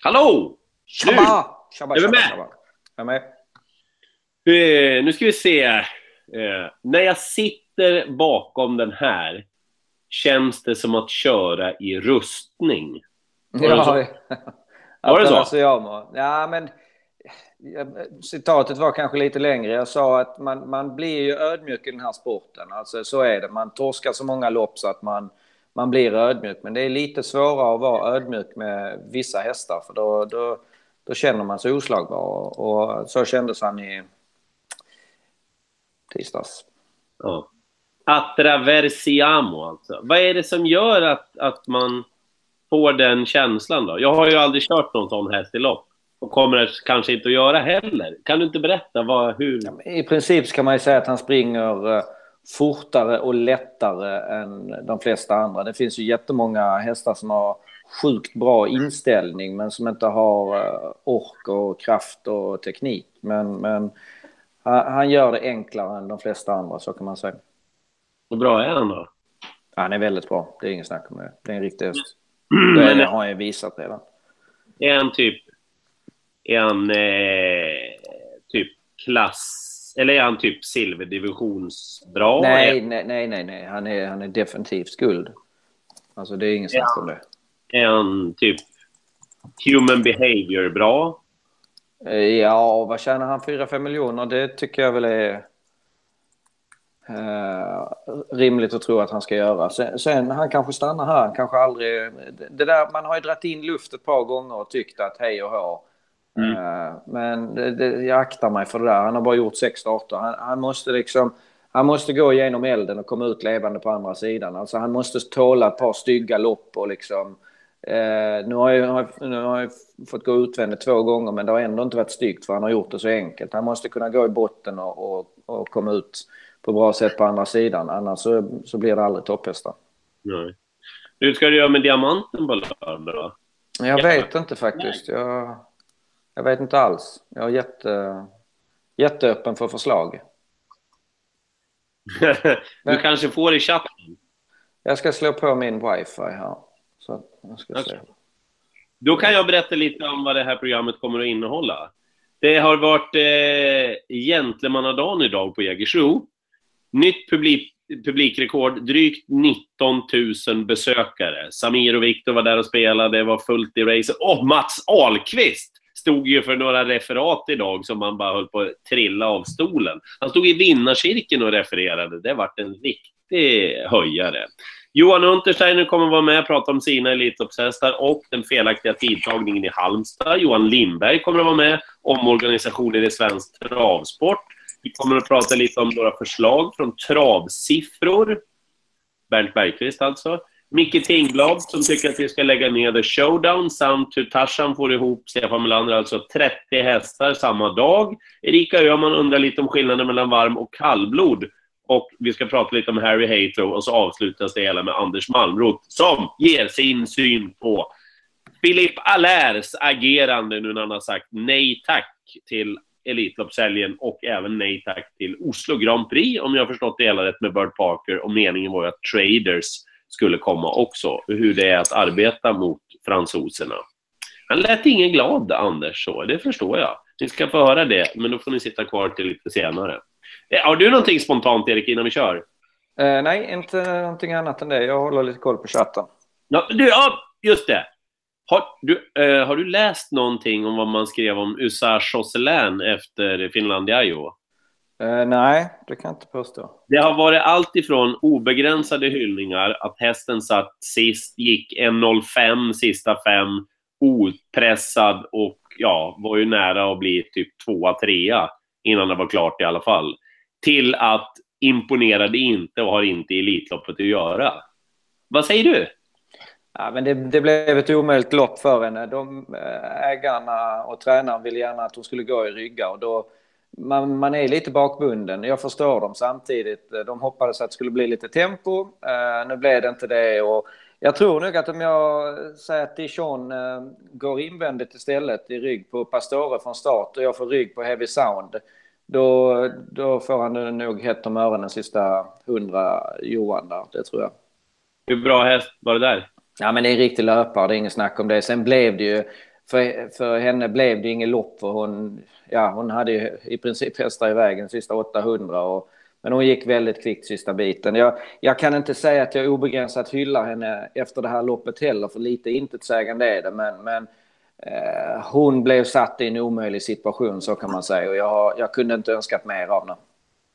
Hallå! Tjabba! Tjabba, Är vi tjabba, med? tjabba. Jag är med. Nu ska vi se. När jag sitter bakom den här känns det som att köra i rustning. Var det så? Ja, Var det att så? alltså ja, men citatet var kanske lite längre. Jag sa att man blir ju ödmjuk i den här sporten. Alltså så är det. Man torskar så många lopp så att man blir ödmjuk. Men det är lite svårare att vara ödmjuk med vissa hästar. För då känner man sig oslagbar. Och så kändes han i tisdags. Ja. Attraversiamo alltså. Vad är det som gör att man får den känslan då? Jag har ju aldrig kört någon sån häst i lopp. Och kommer kanske inte att göra heller. Kan du inte berätta hur... Ja, i princip ska man ju säga att han springer fortare och lättare än de flesta andra. Det finns ju jättemånga hästar som har sjukt bra inställning men som inte har ork och kraft och teknik. Men han gör det enklare än de flesta andra, så kan man säga. Hur bra är han då? Han är väldigt bra, det är ingen snack om det. Det är en riktig häst. Men Det har han ju visat redan. är han typ klass, eller är han typ silverdivisionsbra? Nej. Han är definitivt guld. Alltså det är ingen snack om det. Är han typ human behavior bra? Ja, vad tjänar han? 4-5 miljoner? Det tycker jag väl är rimligt att tro att han ska göra. Sen han kanske stannar här, han kanske aldrig... Det där, man har ju dratt in luft ett par gånger och tyckt att hej och hå. Men jag aktar mig för det där. Han har bara gjort 6 starter. Han måste gå igenom elden och komma ut levande på andra sidan. Alltså han måste tåla ett par stygga lopp och liksom... Nu har jag fått gå utvändigt 2 gånger, men det har ändå inte varit styggt för han har gjort det så enkelt. Han måste kunna gå i botten och komma ut på bra sätt på andra sidan. Annars så blir det aldrig topphästar. Nej. Hur ska du göra med diamanten på lördag då? Jag vet inte faktiskt. Jag vet inte alls. Jag är jätteöppen för förslag. Du kanske får i chatten. Jag ska slå på min wifi här. Så jag ska se. Då kan jag berätta lite om vad det här programmet kommer att innehålla. Det har varit gentlemannadagen idag på Jägersro. Nytt publikrekord, drygt 19 000 besökare. Samir och Viktor var där och spelade, det var fullt i racet. Och Mats Ahlqvist stod ju för några referat idag som man bara höll på att trilla av stolen. Han stod i vinnarcirkeln och refererade. Det var en riktig höjare. Johan Untersteiner kommer vara med och prata om sina elitloppshästar och den felaktiga tidtagningen i Halmstad. Johan Lindberg kommer att vara med om organisationer i svensk travsport. Vi kommer att prata lite om några förslag från travsiffror. Bernt Bergqvist alltså. Micke Tingblad som tycker att vi ska lägga ner The Showdown samt hur Tarzan får ihop Stefan Melander, alltså 30 hästar samma dag. Erika Öhman undrar lite om skillnaden mellan varm- och kallblod. Och vi ska prata lite om Harry Haythrow och så avslutas det hela med Anders Malmroth som ger sin syn på Philippe Allairs agerande nu när han har sagt nej tack till Elitloppshelgen och även nej tack till Oslo Grand Prix, om jag har förstått det hela rätt med Burt Parker, och meningen var ju att traders skulle komma också, hur det är att arbeta mot fransoserna. Han lät ingen glad, Anders, så det förstår jag. Ni ska få höra det, men då får ni sitta kvar till lite senare. Har du någonting spontant, Erik, innan vi kör? Nej, inte någonting annat än det. Jag håller lite koll på chatten. Ja, just det. Har du läst någonting om vad man skrev om Usa Josselin efter Finlandia? Nej, det kan jag inte påstå. Det har varit allt ifrån obegränsade hyllningar, att hästen satt sist, gick 1.05 sista 5, opressad och var ju nära att bli typ 2-3 innan det var klart i alla fall, till att imponerade inte och har inte i Elitloppet att göra. Vad säger du? Ja, men det blev ett omöjligt lopp för henne. Ägarna och tränaren ville gärna att hon skulle gå i rygga och då man är lite bakbunden. Jag förstår dem samtidigt. De hoppades att det skulle bli lite tempo. Nu blev det inte det och jag tror nog att om jag säger att Dijon går invändigt istället i rygg på Pastore från start och jag får rygg på Heavy Sound, då får han nog hett om öronen sista 100 Johan där, det tror jag. Hur bra häst var det där? Ja, men det är en riktig löpare, det är ingen snack om det. Sen blev det ju för henne blev det inget lopp, för hon hade ju i princip hästar i vägen sista 800 men hon gick väldigt kvickt sista biten. Jag kan inte säga att jag obegränsat hyllar henne efter det här loppet heller, för lite intetsägande är det, men hon blev satt i en omöjlig situation, så kan man säga, och jag kunde inte önskat mer av henne.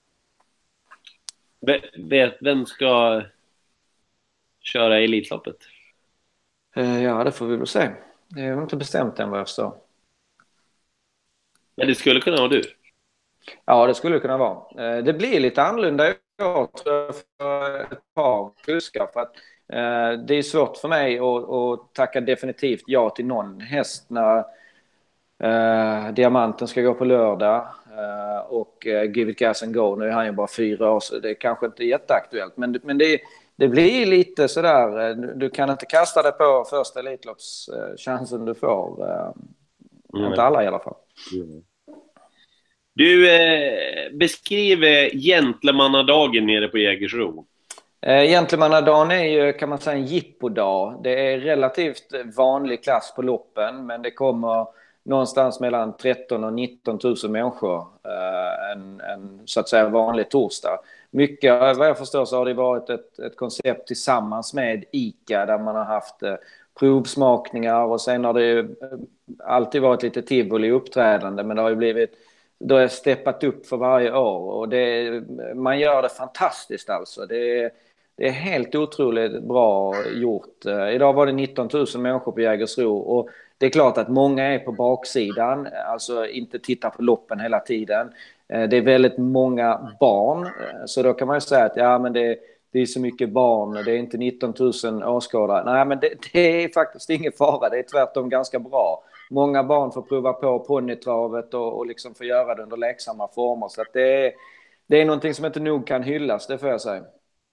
Vem ska köra Elitloppet? Ja, det får vi väl se. Det är inte bestämt än vad jag förstår. Men det skulle kunna vara du. Ja, det skulle kunna vara. Det blir lite annorlunda i år, tror jag, för ett par kuskar. För att det är svårt för mig att tacka definitivt ja till någon häst när Diamanten ska gå på lördag och Give It Gas and Go. Nu är han ju bara 4 år, så det är kanske inte jätteaktuellt. Men det blir lite sådär, du kan inte kasta det på första Elitloppschansen du får. Inte alla i alla fall. Mm. Du beskriver gentlemannadagen nere på Jägersro. Gentlemannadagen är ju, kan man säga, en jippodag. Det är relativt vanlig klass på loppen, men det kommer någonstans mellan 13 och 19 000 människor en så att säga vanlig torsdag. Mycket, vad jag förstår, så har det varit ett koncept tillsammans med ICA där man har haft provsmakningar, och sen har det alltid varit lite tivoli uppträdande, men det har ju blivit, då är steppat upp för varje år, och man gör det fantastiskt alltså. Det är helt otroligt bra gjort. Idag var det 19 000 människor på Jägersro, och det är klart att många är på baksidan, alltså inte tittar på loppen hela tiden. Det är väldigt många barn, så då kan man ju säga att ja, men det är så mycket barn, det är inte 19 000 åskådare. Nej, men det är faktiskt ingen fara, det är tvärtom ganska bra. Många barn får prova på ponnytravet och liksom få göra det under leksamma former, så att det är någonting som inte nog kan hyllas, det får jag säga.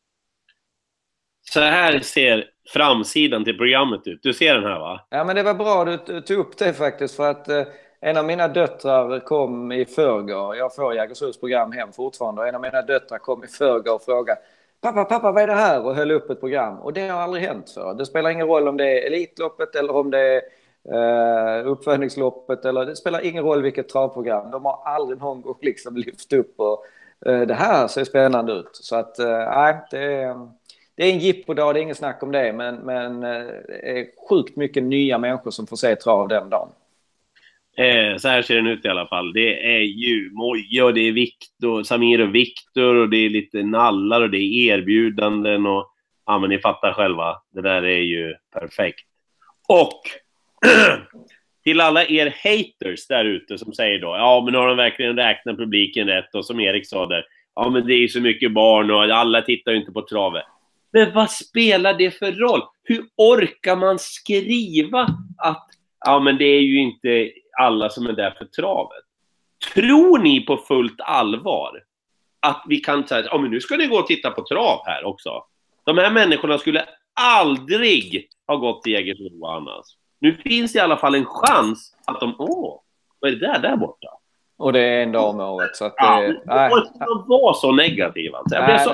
Så här ser framsidan till programmet ut. Du ser den här, va? Ja, men det var bra du tog upp det faktiskt, för att en av mina döttrar kom i förrgår. Jag får Jägersros program hem fortfarande, och en av mina döttrar kom i förrgår och frågade: Pappa, vad är det här? Och höll upp ett program. Och det har aldrig hänt för. Det spelar ingen roll om det är Elitloppet eller om det är uppfödningsloppet, eller det spelar ingen roll vilket travprogram. De har aldrig någon gång liksom lyft upp, och det här ser spännande ut. Så att nej, det är en jippodag, det är inget snack om det, men det är sjukt mycket nya människor som får se trav den dagen. Så här ser den ut i alla fall. Det är ju Moja, och det är Viktor, Samir och Viktor, och det är lite nallar, och det är erbjudanden, och ja, men ni fattar själva. Det där är ju perfekt. Och till alla er haters där ute som säger då, ja, men har de verkligen räknat publiken rätt? Och som Erik sa där, ja, men det är ju så mycket barn och alla tittar ju inte på travet. Men vad spelar det för roll? Hur orkar man skriva att ja, men det är ju inte alla som är där för travet? Tror ni på fullt allvar att vi kan säga, ja, men nu ska ni gå och titta på trav här också? De här människorna skulle aldrig ha gått till Jägersro annars. Nu finns i alla fall en chans att de, vad är det där borta? Och det är en dag om året, så att det var så negativ alltså.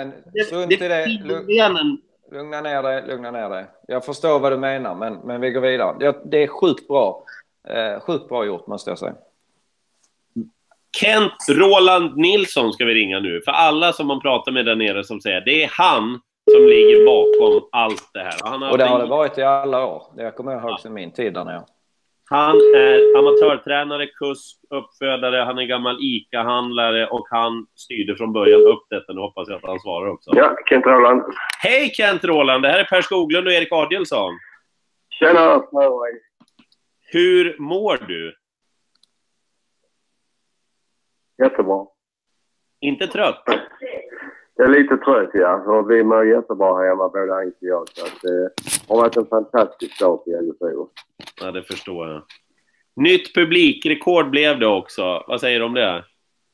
Lugna ner dig. Jag förstår vad du menar, men vi går vidare. Det är sjukt bra gjort, måste jag säga. Kent Roland Nilsson ska vi ringa nu. För alla som man pratar med där nere som säger, det är han som ligger bakom allt det här. Och det har det varit i alla år. Det kommer jag ihåg sedan min tid där nere. Han är amatörtränare, kusk, uppfödare, han är gammal ICA-handlare, och han styrde från början upp detta. Nu hoppas jag att han svarar också. Ja, Kent Roland. Hej Kent Roland, det här är Per Skoglund och Erik Adielsson. Tjena. Hur mår du? Jättebra. Inte trött? Jag är lite trött, ja. Och vi mår jättebra här hemma, både Anke och jag. Så att, det har varit en fantastisk dag på Jägersro. Ja, det förstår jag. Nytt publikrekord blev det också. Vad säger du om det?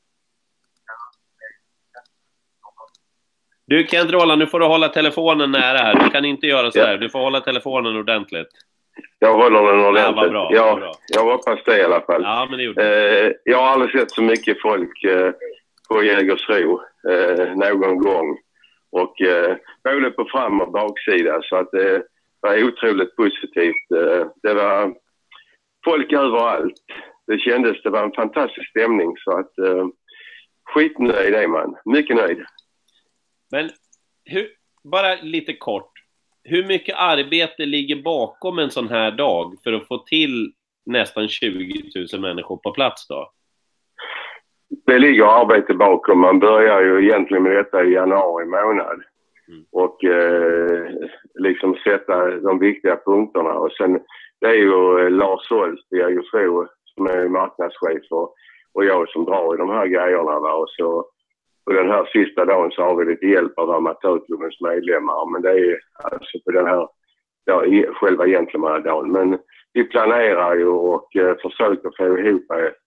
Du Kent Roland, nu får du hålla telefonen nära här. Du kan inte göra så här. Du får hålla telefonen ordentligt. Jag håller den ordentligt. Ja, vad bra, ja, bra. Jag hoppas det i alla fall. Ja, men det gjorde jag har aldrig sett så mycket folk på Jägersro någon gång. Och både på fram- och baksida. Så att det var otroligt positivt. Det var folk överallt. Det var en fantastisk stämning, så att skitnöjd är man. Mycket nöjd. Men bara lite kort, hur mycket arbete ligger bakom en sån här dag för att få till nästan 20 000 människor på plats då? Det ligger arbete bakom. Man börjar ju egentligen med detta i januari månad. Och liksom sätta de viktiga punkterna. Och sen det är ju Lars Holst i Jägersro som är marknadschef och jag som drar i de här grejerna. Va? Och så på den här sista dagen så har vi lite hjälp av amatörklubbens medlemmar. Men det är alltså på den här själva gentlemannadagen. Men vi planerar ju och försöker få ihop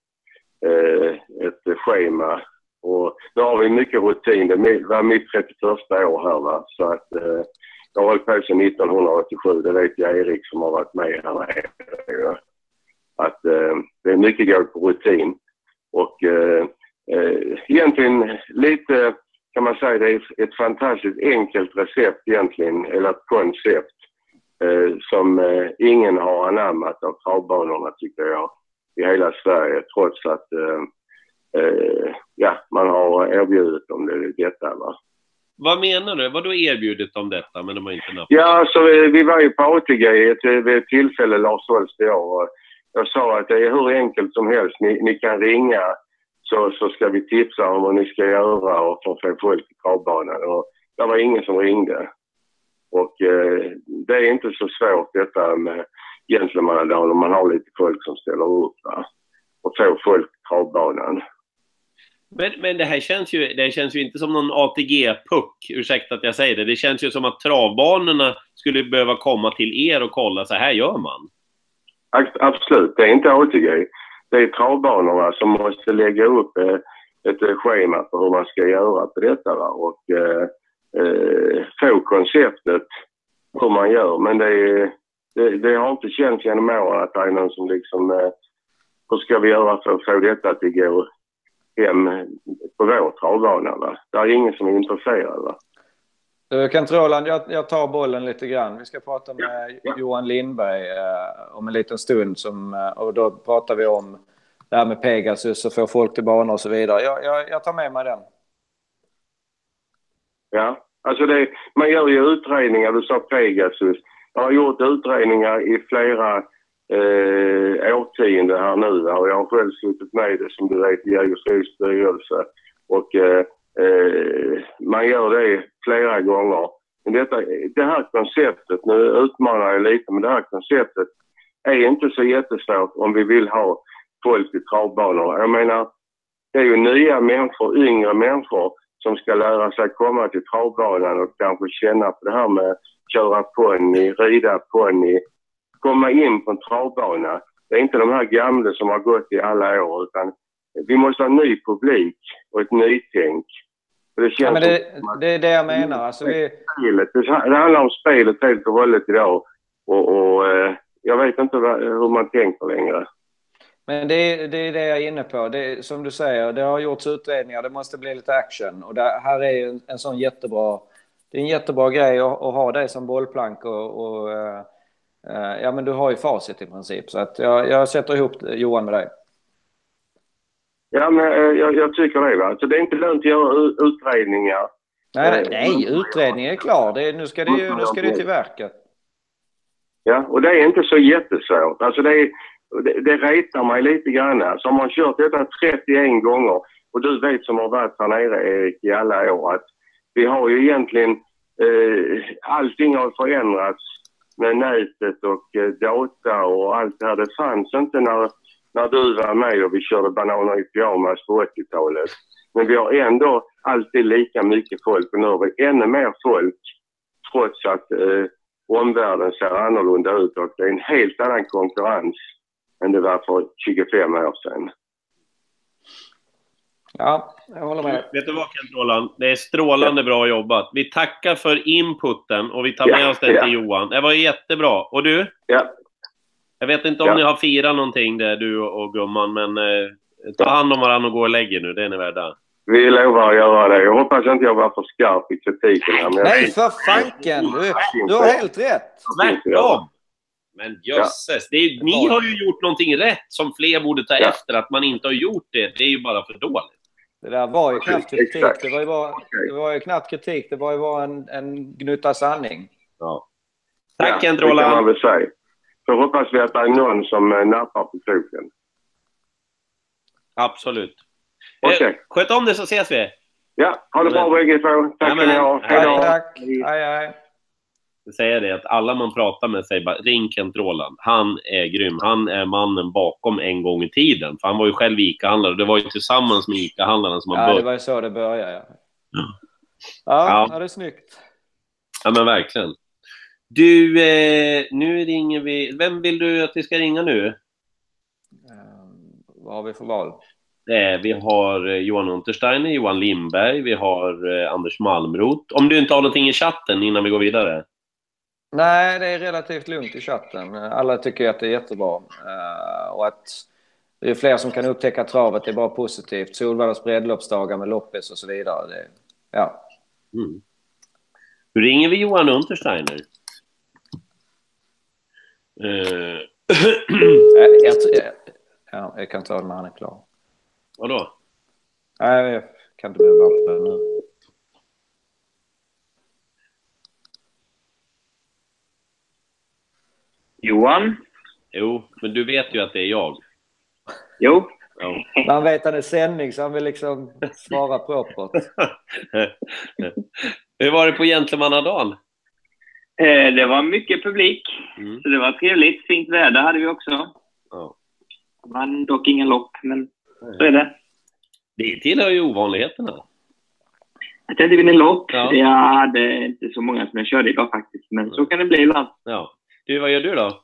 ett schema. Och nu har vi mycket rutin. Det var mitt 31 år här, va? Så att jag har hållit på sedan 1987. Det vet jag Erik som har varit med här nere. Att det är mycket går på rutin. Och egentligen lite kan man säga det är ett fantastiskt enkelt recept egentligen. Eller ett koncept som ingen har anammat av travbanorna tycker jag. I hela Sverige, trots att man har erbjudit om detta. Va? Vad menar du? Vad då erbjudit om detta, men de har inte nappat? Ja, så vi var ju på ATG vid ett tillfälle, Lars Holst och jag. Och jag sa att det är hur enkelt som helst. Ni kan ringa så ska vi tipsa om vad ni ska göra och få folk i travbanan. Och det var ingen som ringde. Och det är inte så svårt detta med gentlemannadagen om man har lite folk som ställer upp, va? Och få folk i travbanan. Men det här känns ju inte som någon ATG-puck, ursäkta att jag säger det. Det känns ju som att travbanorna skulle behöva komma till er och kolla, så här gör man. Absolut, det är inte ATG. Det är travbanorna som måste lägga upp ett schema för hur man ska göra på detta, va? Och få konceptet hur man gör. Men det har inte känts genom åren att det är någon som liksom hur ska vi göra för att få detta att det går hem på vår travbana, va? Det är ingen som är intresserad, va? Kent Roland, jag tar bollen lite grann. Vi ska prata med Johan Lindberg om en liten stund och då pratar vi om det här med Pegasus och få folk till banor och så vidare. Jag tar med mig den. Ja, alltså man gör ju utredningar, du sa Pegasus. Jag har gjort utredningar i flera årtionden här nu, och jag har själv suttit med det som du vet i Jägersros styrelse. Och man gör det flera gånger. Men det här konceptet, nu utmanar jag lite, men det här konceptet är inte så jättesvårt om vi vill ha folk i travbanor. Jag menar, det är ju nya människor, yngre människor som ska lära sig komma till travbanan och kanske känna på det här med köra ponny, rida ponny, komma in på en travbana. Det är inte de här gamla som har gått i alla år, utan vi måste ha en ny publik och ett nytänk. Det känns det är det jag menar. Alltså det handlar om spelet helt och hållet idag. Och jag vet inte hur man tänker längre. Men det är det jag är inne på. Det, som du säger, det har gjorts utredningar. Det måste bli lite action. Och det här är en sån jättebra... Det är en jättebra grej att ha dig som bollplank. Ja, men du har ju facit i princip. Så att jag sätter ihop Johan med dig. Ja, men jag tycker det, va. Så det är inte lönt att göra utredningar. Nej, utredningen är klar. Nu ska det till verket. Ja, och det är inte så jättesvårt. Alltså det retar mig lite grann. Så har man kört detta 31 gånger, och du vet som har varit här nere, Erik, i alla år, att vi har ju egentligen allting har förändrats med nätet och data och allt det här. Det fanns inte när du var med och vi körde bananer i pyjamas på 80-talet. Men vi har ändå alltid lika mycket folk, och nu har vi ännu mer folk trots att omvärlden ser annorlunda ut, och det är en helt annan konkurrens än det var för 25 år sedan. Ja, jag håller med. Vet du vad, Kent Roland? Det är strålande bra jobbat. Vi tackar för inputen och vi tar med oss den till Johan. Det var jättebra. Och du? Ja. Jag vet inte om ni har firat någonting där, du och gumman, men ta hand om varandra och gå och lägga nu. Det är ni värda. Vi lovar att göra det. Jag hoppas inte jag var för skarp i kritiken här. Nej, för fanken! Du har helt rätt. Tvärtom! Men jösses, ni har ju gjort någonting rätt som fler borde ta efter. Att man inte har gjort det, det är ju bara för dåligt. Det där var ju knappt kritik. Det var ju knappt kritik. Det var ju bara en gnutta sanning. Ja. Tack, Kent Roland. Det kan man Roland. väl säga. Så hoppas vi att det är någon som nappar på kroken. Absolut. Okej. Sköt om det så ses vi. Ja, ha det bra bägge två. Tack ska ni ha. Hej då. Tack. Hej. Jag säger det att alla man pratar med säger bara ring Kent Roland. Han är grym. Han är mannen bakom en gång i tiden. För han var ju själv ICA-handlare. Det var ju tillsammans med ICA-handlarna som man började. Ja, det var ju så det började. Ja, det är snyggt. Ja, men verkligen. Du, nu ringer vi. Vem vill du att vi ska ringa nu? Vad har vi för val? Vi har Johan Untersteiner, Johan Lindberg, vi har Anders Malmroth. Om du inte har någonting i chatten innan vi går vidare. Nej, det är relativt lugnt i chatten. Alla tycker att det är jättebra. Och att det är fler som kan upptäcka travet, det är bara positivt. Solvallas breddloppsdagar med loppis och så vidare. Ja. Mm. Nu ringer vi Johan Untersteiner. Jag kan ta det när han är klar. Vadå? Nej, jag kan inte behöva det nu. Johan? Jo, men du vet ju att det är jag. Jo. Ja. Man vet att det är sändning så han vill liksom svara propert. Hur var det på Gentlemannadagen? Det var mycket publik. Så det var trevligt. Fint väder hade vi också. Ja. Det var dock ingen lopp, men så är det. Det tillhör ju ovanligheterna. Att jag inte vinner lopp. Ja. Jag hade inte så många som jag körde idag faktiskt. Men så kan det bli ibland. Ja. Du, vad gör du då?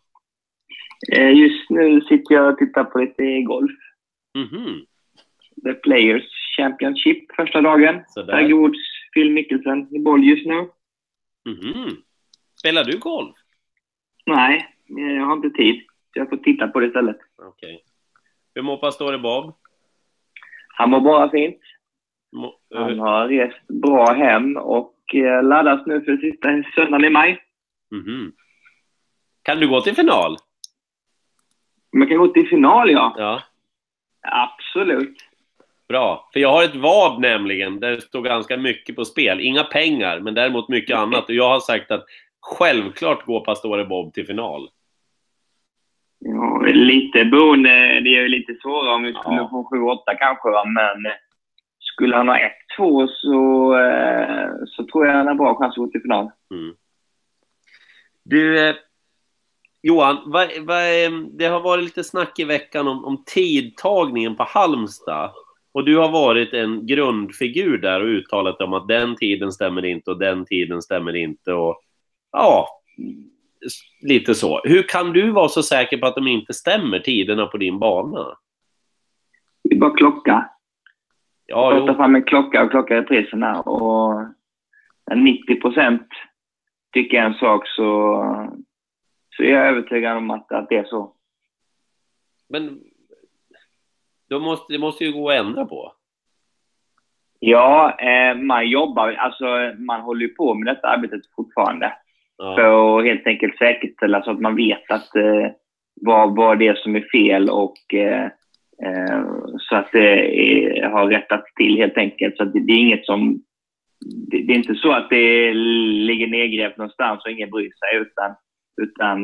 Just nu sitter jag och tittar på lite golf. Mhm. The Players Championship första dagen. Tiger Woods, Phil Mickelson i boll just nu. Mhm. Spelar du golf? Nej, jag har inte tid. Så jag får titta på det istället. Okej. Hur mår Pastore Bob? Han mår bara fint. Han har rest bra hem och laddas nu för sista söndagen i maj. Mhm. Kan du gå till final? Man kan gå till final, ja. Ja. Absolut. Bra. För jag har ett vad nämligen där det står ganska mycket på spel. Inga pengar, men däremot mycket annat. Och jag har sagt att självklart går Pastore Bob till final. Ja, lite beroende. Det är ju lite svårare om vi skulle få 7-8 kanske. Men skulle han ha 1-2 så tror jag han har bra chans att gå till final. Mm. Du, Johan, det har varit lite snack i veckan om tidtagningen på Halmstad. Och du har varit en grundfigur där och uttalat om att den tiden stämmer inte och den tiden stämmer inte. Och ja, lite så. Hur kan du vara så säker på att de inte stämmer, tiderna på din bana? Det är bara klocka. Ja, jag tar fram en klocka och klocka repriserna. Och 90% tycker jag en sak så är jag övertygad om att det är så. Men det måste ju gå att ändra på. Ja, man jobbar, alltså man håller ju på med detta arbetet fortfarande. Ja. För att helt enkelt säkerställa så att man vet att vad det är som är fel och så att det har rättats till helt enkelt. Så att det är inget som, det är inte så att det ligger nedgrävt någonstans och ingen bryr sig utan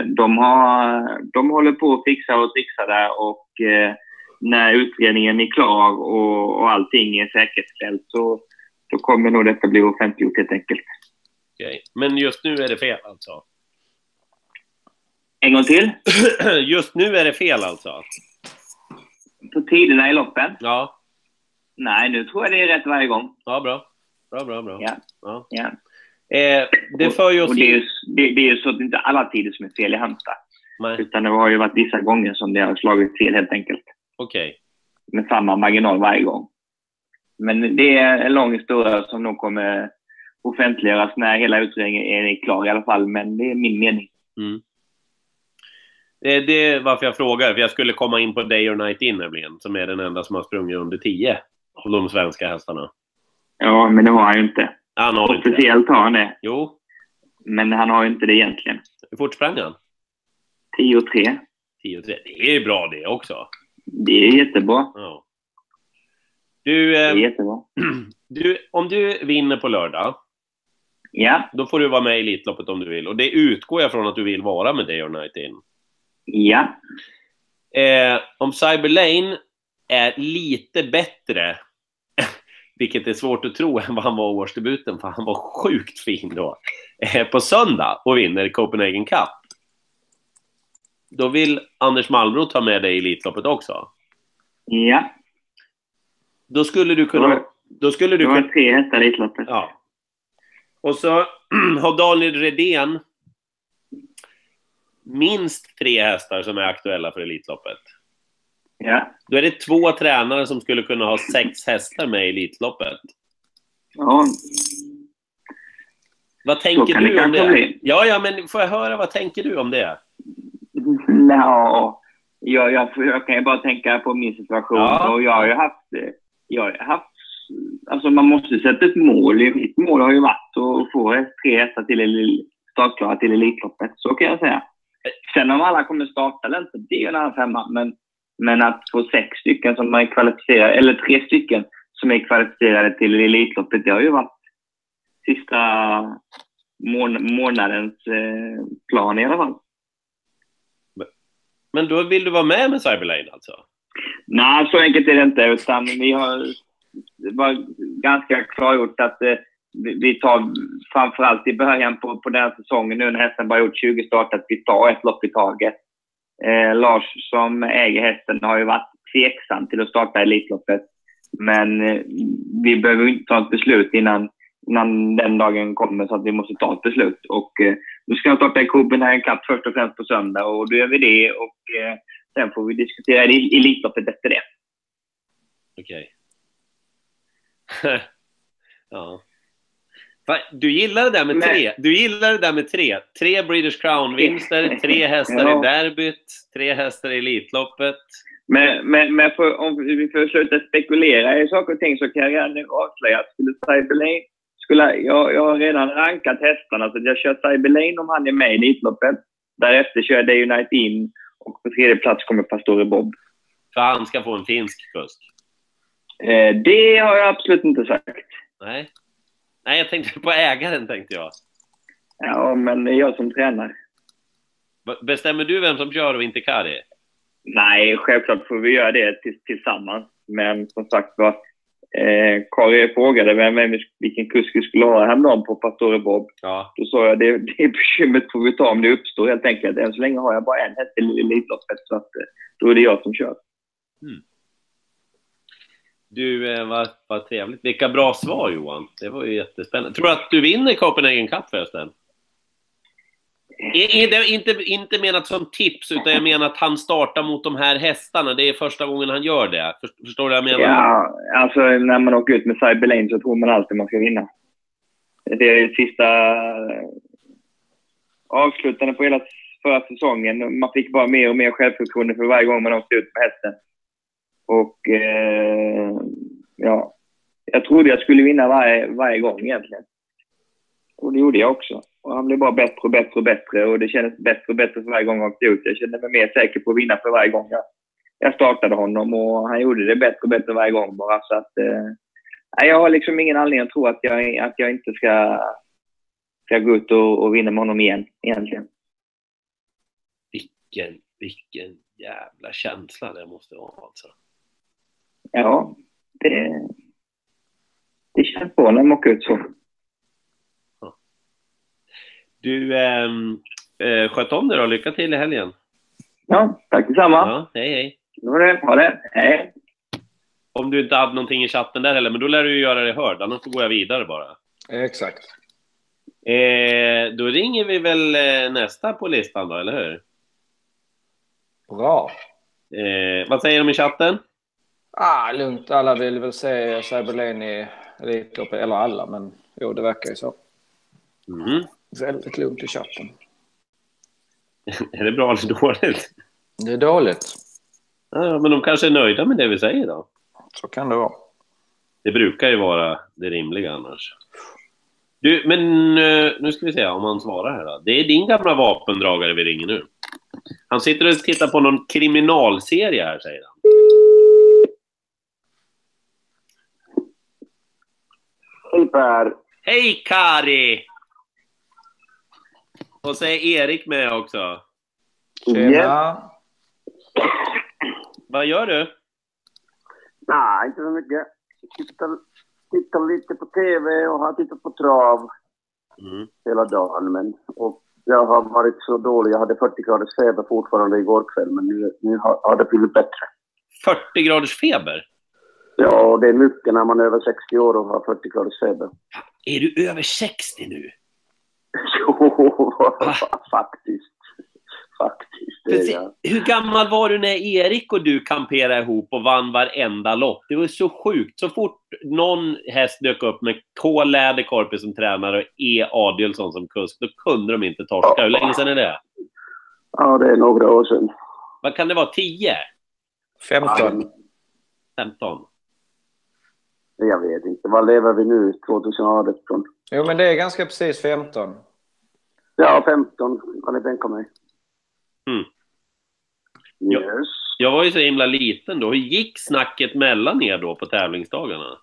de håller på att fixa och trixa där och när utredningen är klar och allting är säkerställt så kommer nog detta bli offentliggjort helt enkelt. Okej. Men just nu är det fel alltså? En gång till? Just nu är det fel alltså? På tiderna i loppen? Ja. Nej, nu tror jag det är rätt varje gång. Ja, bra. Ja. Det för ju oss det är ju så att det inte alla tider som är fel i Halmstad. Nej. Utan det har ju varit vissa gånger som det har slagit fel helt enkelt. Okej. Med samma marginal varje gång. Men det är en lång historia som nog kommer offentliggöras när hela utredningen är klar i alla fall. Men det är min mening. Mm. Det är varför jag frågar. För jag skulle komma in på Day or Night In nämligen. Som är den enda som har sprungit under 10 av de svenska hästarna. Ja, men det har han ju inte. Han har officiellt har han det. Jo. Men han har ju inte det egentligen. Hur fort sprang han? 10-3. 10-3. Det är ju bra det också. Det är jättebra. Ja. Det är jättebra. Om du vinner på lördag, Ja. då får du vara med i Elitloppet om du vill. Och det utgår jag från att du vill vara med Day or Night In. Ja. Om Cyberlane är lite bättre, vilket är svårt att tro än vad han var årsdebuten, för han var sjukt fin då, på söndag och vinner Copenhagen Cup, då vill Anders Malmro ta med dig i Elitloppet också. Ja. Då skulle du kunna... Då har 3 hästar i Elitloppet. Ja. Och så har Daniel Redén minst 3 hästar som är aktuella för Elitloppet. Ja. Då är det 2 tränare som skulle kunna ha 6 hästar med i Elitloppet. Ja. Vad tänker du om det? Bli. Ja, men får jag höra, vad tänker du om det? Ja, jag kan ju bara tänka på min situation. Ja. Och jag har haft, alltså man måste sätta ett mål. Mitt mål har ju varit att få 3 hästar till startklara till Elitloppet, så kan jag säga. Sen om alla kommer starta eller inte, det är ju en annan femma. Men att få 6 stycken som är kvalificerade, eller 3 stycken som är kvalificerade till Elitloppet, det har ju varit sista månadens plan i alla fall. Men då vill du vara med Cyberlane alltså? Nej, så enkelt är det inte. Utan vi har var ganska klargjort att vi tar framförallt i början på den här säsongen, nu när hästen bara gjort 20 starter, att vi tar ett lopp i taget. Lars som äger hästen har ju varit tveksam till att starta Elitloppet. Men vi behöver inte ta ett beslut innan den dagen kommer, så att vi måste ta ett beslut. Och nu ska jag starta i Copenhagen Cup först och främst på söndag, och då gör vi det, och sen får vi diskutera Elitloppet efter det. Okej. Ja. Du gillar det där med 3. Du gillar det där med 3. 3 British Crown-vinster, 3 hästar i derbyt, 3 hästar i Elitloppet. Men om vi får sluta spekulera i saker och ting, så kan jag redan nu avslöja att jag har redan rankat hästarna, så jag kör Cyberlane om han är med i Elitloppet. Därefter kör jag Day United In, och på 3:e plats kommer Pastore Bob. För han ska få en finsk kusk. Det har jag absolut inte sagt. Nej, jag tänkte på ägaren, tänkte jag. Ja, men det är jag som tränar. Bestämmer du vem som kör och inte Kari? Nej, självklart får vi göra det tillsammans. Men som sagt var, Kari frågade vilken kusk vi skulle ha häromdagen på Pastore Bob. Ja. Då sa jag, det bekymret får vi ta om det uppstår helt enkelt. Än så länge har jag bara en häst i Elitloppet, så att då är det jag som kör. Mm. Du, vad trevligt. Vilka bra svar, Johan. Det var ju jättespännande. Tror du att du vinner Copenhagen Cup förresten? Inte menat som tips, utan jag menar att han startar mot de här hästarna. Det är första gången han gör det. Förstår du vad jag menar? Ja, alltså när man åker ut med Cyberlane så tror man alltid man ska vinna. Det är sista avslutande på hela förra säsongen. Man fick bara mer och mer självförtroende för varje gång man åkte ut med hästen. Och ja, jag trodde jag skulle vinna varje gång egentligen. Och det gjorde jag också. Och han blev bara bättre och bättre och bättre. Och det kändes bättre och bättre för varje gång jag åkte ut. Jag kände mig mer säker på att vinna för varje gång jag startade honom. Och han gjorde det bättre och bättre varje gång bara. Så att jag har liksom ingen anledning att tro att jag inte ska gå ut och vinna med honom igen egentligen. Vilken jävla känsla det måste vara alltså. Ja, det känns bra när man åker ut så. Du, sköt om dig då. Lycka till i helgen. Ja, tack detsamma. Ja, hej. Ha det. Hej. Om du inte hade någonting i chatten där heller, men då lär du ju göra det hörd. Annars går jag vidare bara. Exakt. Då ringer vi väl nästa på listan då, eller hur? Bra. Vad säger de i chatten? Lugnt. Alla vill väl se Cyberlane i Elitloppet, eller alla, men jo, det verkar ju så. Mm. Väldigt lugnt i chatten. Är det bra eller dåligt? Det är dåligt. Ja, men de kanske är nöjda med det vi säger då. Så kan det vara. Det brukar ju vara det rimliga annars. Du, men nu ska vi se om han svarar här då. Det är din gamla vapendragare vi ringer nu. Han sitter och tittar på någon kriminalserie här, säger han. Hej Per! Hej Kari! Och så är Erik med också. Tjena. Vad gör du? Nej, inte så mycket. Tittar lite på TV och har tittat på trav hela dagen. Och jag har varit så dålig. Jag hade 40 graders feber fortfarande igår kväll, men nu har det blivit bättre. 40 graders feber? Ja, det är mycket när man är över 60 år och har 40 graders feber. Är du över 60 nu? Jo, faktiskt. Det är jag. Hur gammal var du när Erik och du kamperade ihop och vann varenda lopp? Det var så sjukt. Så fort någon häst dök upp med K. Läderkorpi som tränare och E. Adielsson som kusk, då kunde de inte torska. Hur länge sedan är det? Ja, det är några år sedan. Vad kan det vara? 10? 15. 15? Jag vet inte. Vad lever vi nu? 2018? Jo, men det är ganska precis 15. Ja, 15. Kan ni tänka mig. Yes. Jag var ju så himla liten då. Hur gick snacket mellan er då på tävlingsdagarna?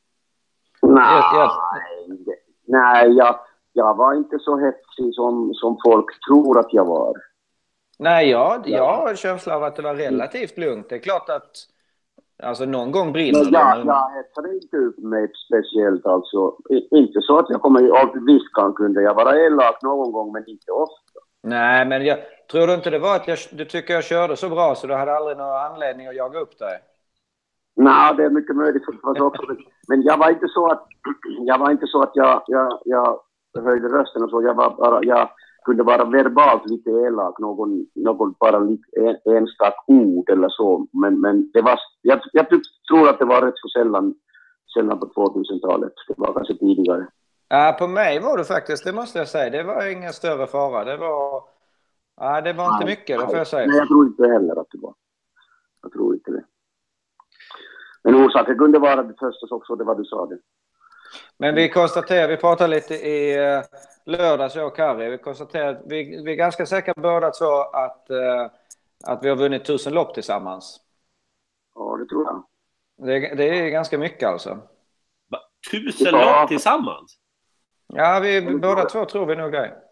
Nej, jag var inte så hetsig som folk tror att jag var. Nej, jag har en känsla av att det var relativt lugnt. Det är klart att alltså, någon gång brinner det. Jag hetsade inte upp mig speciellt. Alltså. Inte så att jag kommer... Visst kunde jag vara elak någon gång, men inte ofta. Nej, men jag tror du inte det var att du tycker jag körde så bra så du hade aldrig någon anledning att jaga upp dig? Nej, det är mycket möjligt också. Men jag var inte så att jag höjde rösten och så. Jag kunde vara verbalt lite elak, någon bara lite enstaka ord eller så. Men det var, jag tror att det var rätt så sällan på 2000-talet. Det var kanske tidigare. Ja, på mig var det faktiskt, det måste jag säga. Det var ingen större fara. Det var inte mycket, det får jag säga. Nej, jag tror inte heller att det var. Jag tror inte det. Men orsaken kunde vara det första också, det var du sa det. Men vi pratade lite i lördags, jag och Kari. Vi konstaterade att vi är ganska säkra båda två att vi har vunnit 1000 lopp tillsammans. Ja, det tror jag. Det är ganska mycket alltså. 1000 lopp tillsammans? Ja, båda två tror vi nog det.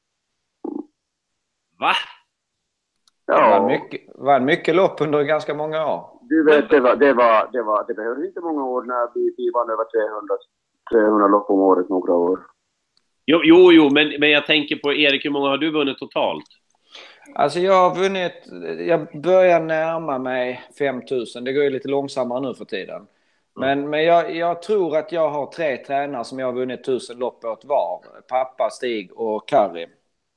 Va? Ja. Det var mycket lopp under ganska många år. Du vet, det behövde inte många år när vi vann över 300 lopp om året några år. Jo, men jag tänker på Erik, hur många har du vunnit totalt? Alltså jag börjar närma mig 5000. Det går ju lite långsammare nu för tiden. Men jag tror att jag har 3 tränare som jag har vunnit 1000 lopp åt var. Pappa, Stig och Kari.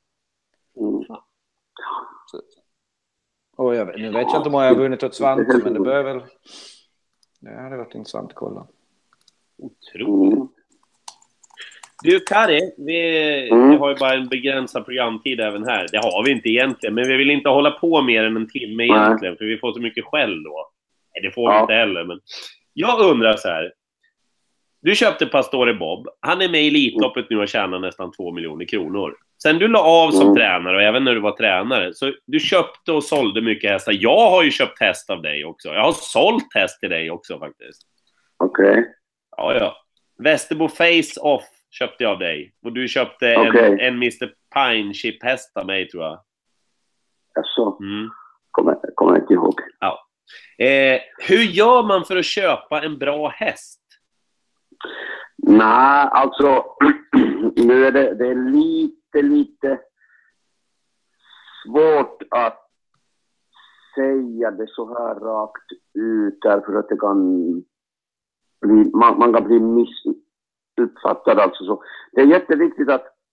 Och nu vet jag inte om jag har vunnit åt Svante, men det börjar väl... Det hade varit intressant att kolla. Otroligt. Du Kari, vi har ju bara en begränsad programtid även här. Det har vi inte egentligen, men vi vill inte hålla på mer än en timme egentligen, för vi får så mycket skäll då. Nej, det får vi inte heller, men... Jag undrar så här. Du köpte Pastore Bob. Han är med i Elitloppet nu och tjänar nästan 2 miljoner kronor. Sen du la av som tränare och även när du var tränare. Så du köpte och sålde mycket hästar. Jag har ju köpt häst av dig också. Jag har sålt häst till dig också faktiskt. Okej. Okay. Ja. Västerbo Face Off köpte jag av dig. Och du köpte en Mr. Pine Chip häst av mig, tror jag. Jaså. Kommer inte ihåg. Ja. Hur gör man för att köpa en bra häst? Nej, alltså nu är det är lite svårt att säga det så här rakt ut, därför att det kan bli, man kan bli missuppfattad alltså. Så det är jätteviktigt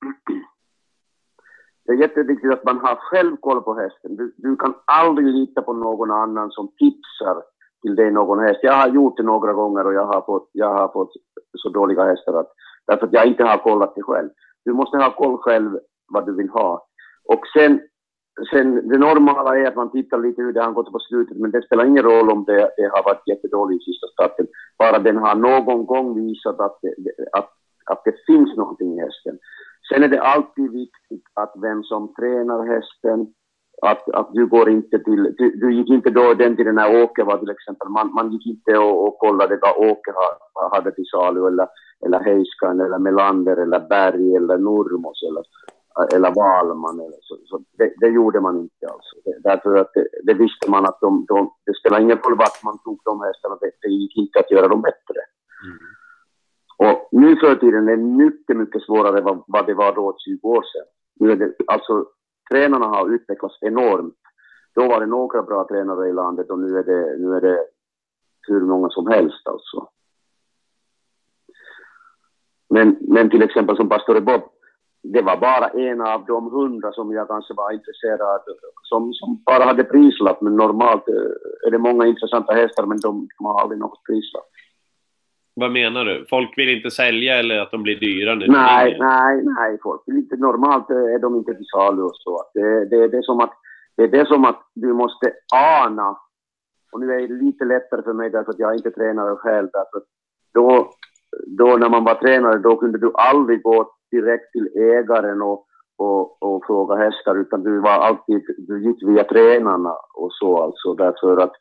att man har själv koll på hästen. Du kan aldrig lita på någon annan som tipsar till dig någon häst. Jag har gjort det några gånger och jag har fått så dåliga hästar därför att jag inte har kollat det själv. Du måste ha koll själv vad du vill ha. Och sen det normala är att man tittar lite hur det har gått på slutet, men det spelar ingen roll om det har varit jättedåligt i sista starten. Bara den har någon gång visat att det finns någonting i hästen. Sen är det alltid viktigt att vem som tränar hästen Att du går inte till, du gick inte då den till den här Åke var till exempel, man gick inte och kollade vad Åke hade till salu eller Heiskan eller Melander eller Berg eller Nurmos eller Valman eller så det gjorde man inte alltså. Därför att det visste man att det spelar ingen roll vart man tog de hästarna, det gick inte att göra dem bättre. Och nu för tiden är det mycket, mycket svårare vad det var då 20 år sedan. Nu är det, alltså tränarna har utvecklats enormt. Då var det några bra tränare i landet och nu är det hur många som helst alltså. Men till exempel som Pastore Bob, det var bara en av de 100 som jag kanske var intresserad som bara hade prislapp, men normalt är det många intressanta hästar men de har aldrig något prislapp. Vad menar du? Folk vill inte sälja eller att de blir dyra nu? Nej, folk vill inte. Normalt är de inte till salu och så. Det är som att du måste ana. Och nu är det lite lättare för mig därför att jag inte tränar själv. Därför då när man var tränare då kunde du aldrig gå direkt till ägaren och fråga hästar, utan du gick via tränarna och så alltså, därför att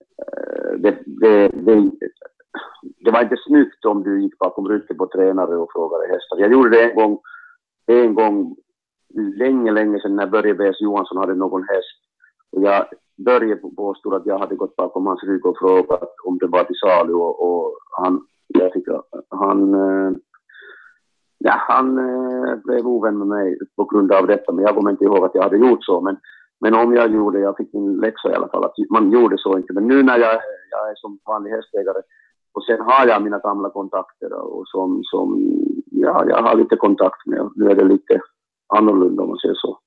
det var inte snyggt om du gick bakom ryggen på tränare och frågade hästar. Jag gjorde det en gång länge sedan när Börje B.S. Johansson hade någon häst. Och jag började påstå att jag hade gått bakom hans rygg och frågat om det var till salu och han blev ovän med mig på grund av detta. Men jag kommer inte ihåg att jag hade gjort så. Men om jag fick en läxa i alla fall. Att man gjorde så inte. Men nu när jag är som vanlig hästägare och sen har jag mina gamla kontakter och jag har lite kontakt med. Nu är det lite annorlunda om man säger så.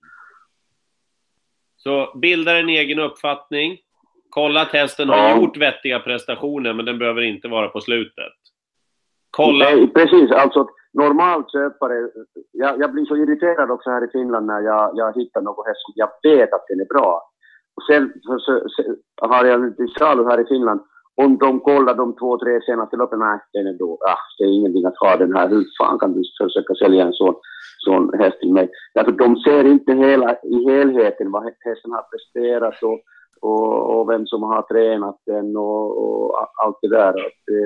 Så bilda en egen uppfattning. Kolla att hästen har gjort vettiga prestationer, men den behöver inte vara på slutet. Kolla. Nej, precis, alltså normalt köpare, jag blir så irriterad också här i Finland när jag hittar något häst som jag vet att den är bra. Och sen har jag lite salu här i Finland. Om de kollar de 2-3 senaste loppen, nej, den är då, det är ingenting att ha den här. Hur fan kan du försöka sälja en sån häst till mig? Därför de ser inte i helheten vad hästen har presterat och vem som har tränat den och allt det där.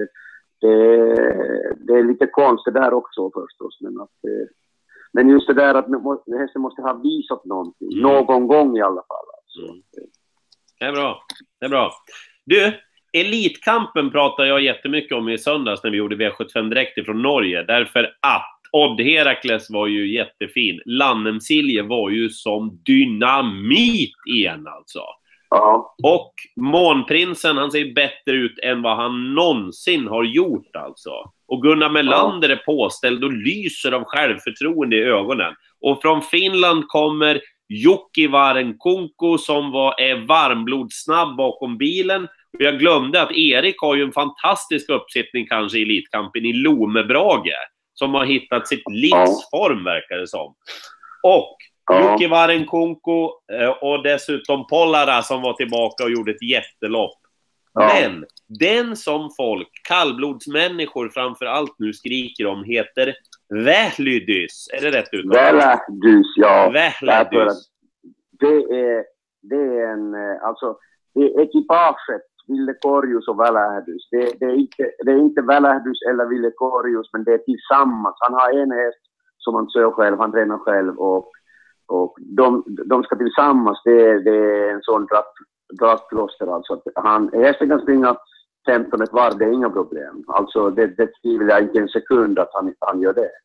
Det är lite konstigt där också förstås. Men just det där att hästen måste ha visat någonting. Någon gång i alla fall. Alltså. Det är bra. Du, Elitkampen pratar jag jättemycket om i söndags när vi gjorde V75 direkt ifrån Norge. Därför att Odd Herakles var ju jättefin. Lannemsilje var ju som dynamit igen alltså. Ja. Och Månprinsen, han ser bättre ut än vad han någonsin har gjort alltså. Och Gunnar Melander är påställd och lyser av självförtroende i ögonen. Och från Finland kommer Jocki Varenkunko som är varmblodsnabb bakom bilen. Och jag glömde att Erik har ju en fantastisk uppsättning kanske i Elitkampen i Lomebrage. Som har hittat sitt livsform verkar det som. Och Jocki Varenkunko och dessutom Pollara som var tillbaka och gjorde ett jättelopp. Men den som folk, kallblodsmänniskor framförallt nu skriker om heter Vählydys. Är det rätt uttalat? Vählydys, ja. Vählydys. Det är en, alltså det är ekipaget Ville Korjus och Välähdys. Det är inte Välähdys eller Ville Korjus, men det är tillsammans. Han har en häst som han kör själv, han tränar själv och de ska tillsammans. Det är en sån dragkloster alltså. Hästen kan springa 15 ett varv, det är inga problem. Alltså det tvivlar jag inte en sekund att han gör det.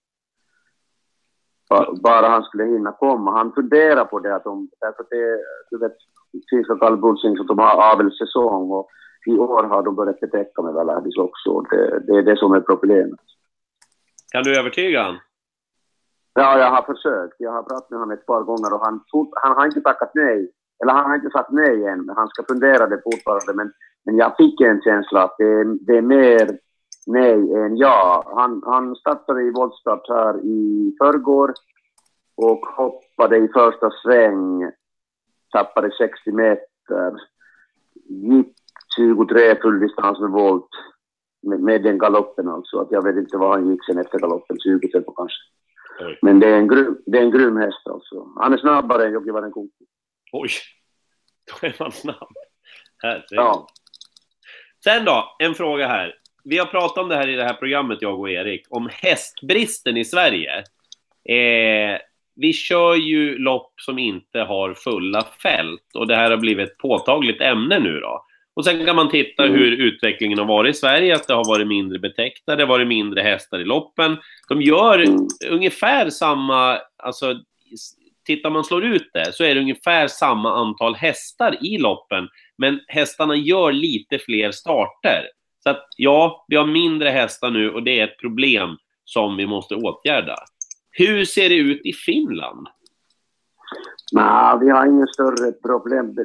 Bara han skulle hinna komma. Han funderar på det därför det, du vet, finska kallblodsing så de har avelssäsong och i år har de börjat betäcka med Välähdys också. Det är det som är problemet. Kan du övertyga han? Ja, jag har försökt. Jag har pratat med honom ett par gånger och han har inte tackat nej. Eller han har inte sagt nej än, men han ska fundera det fortfarande. Men jag fick en känsla att det är mer nej än ja. Han startade i voltstart här i förrgår och hoppade i första sväng, tappade 60 meter, gick 23 full distans med volt med den galoppen alltså. Att jag vet inte vad han gick sen efter galoppen, 20 tempo kanske. Men det är en grym häst alltså. Han är snabbare än Jocki Varenkunko. Oj, då är man snabb. Ja. Sen då, en fråga här. Vi har pratat om det här i det här programmet, jag och Erik, om hästbristen i Sverige. Vi kör ju lopp som inte har fulla fält, och det här har blivit ett påtagligt ämne nu då. Och sen kan man titta hur utvecklingen har varit i Sverige, att det har varit mindre betäckta, det har varit mindre hästar i loppen. De gör ungefär samma, alltså tittar man slår ut det så är det ungefär samma antal hästar i loppen, men hästarna gör lite fler starter. Så att ja, vi har mindre hästar nu och det är ett problem som vi måste åtgärda. Hur ser det ut i Finland? Nej, vi har ingen större problem.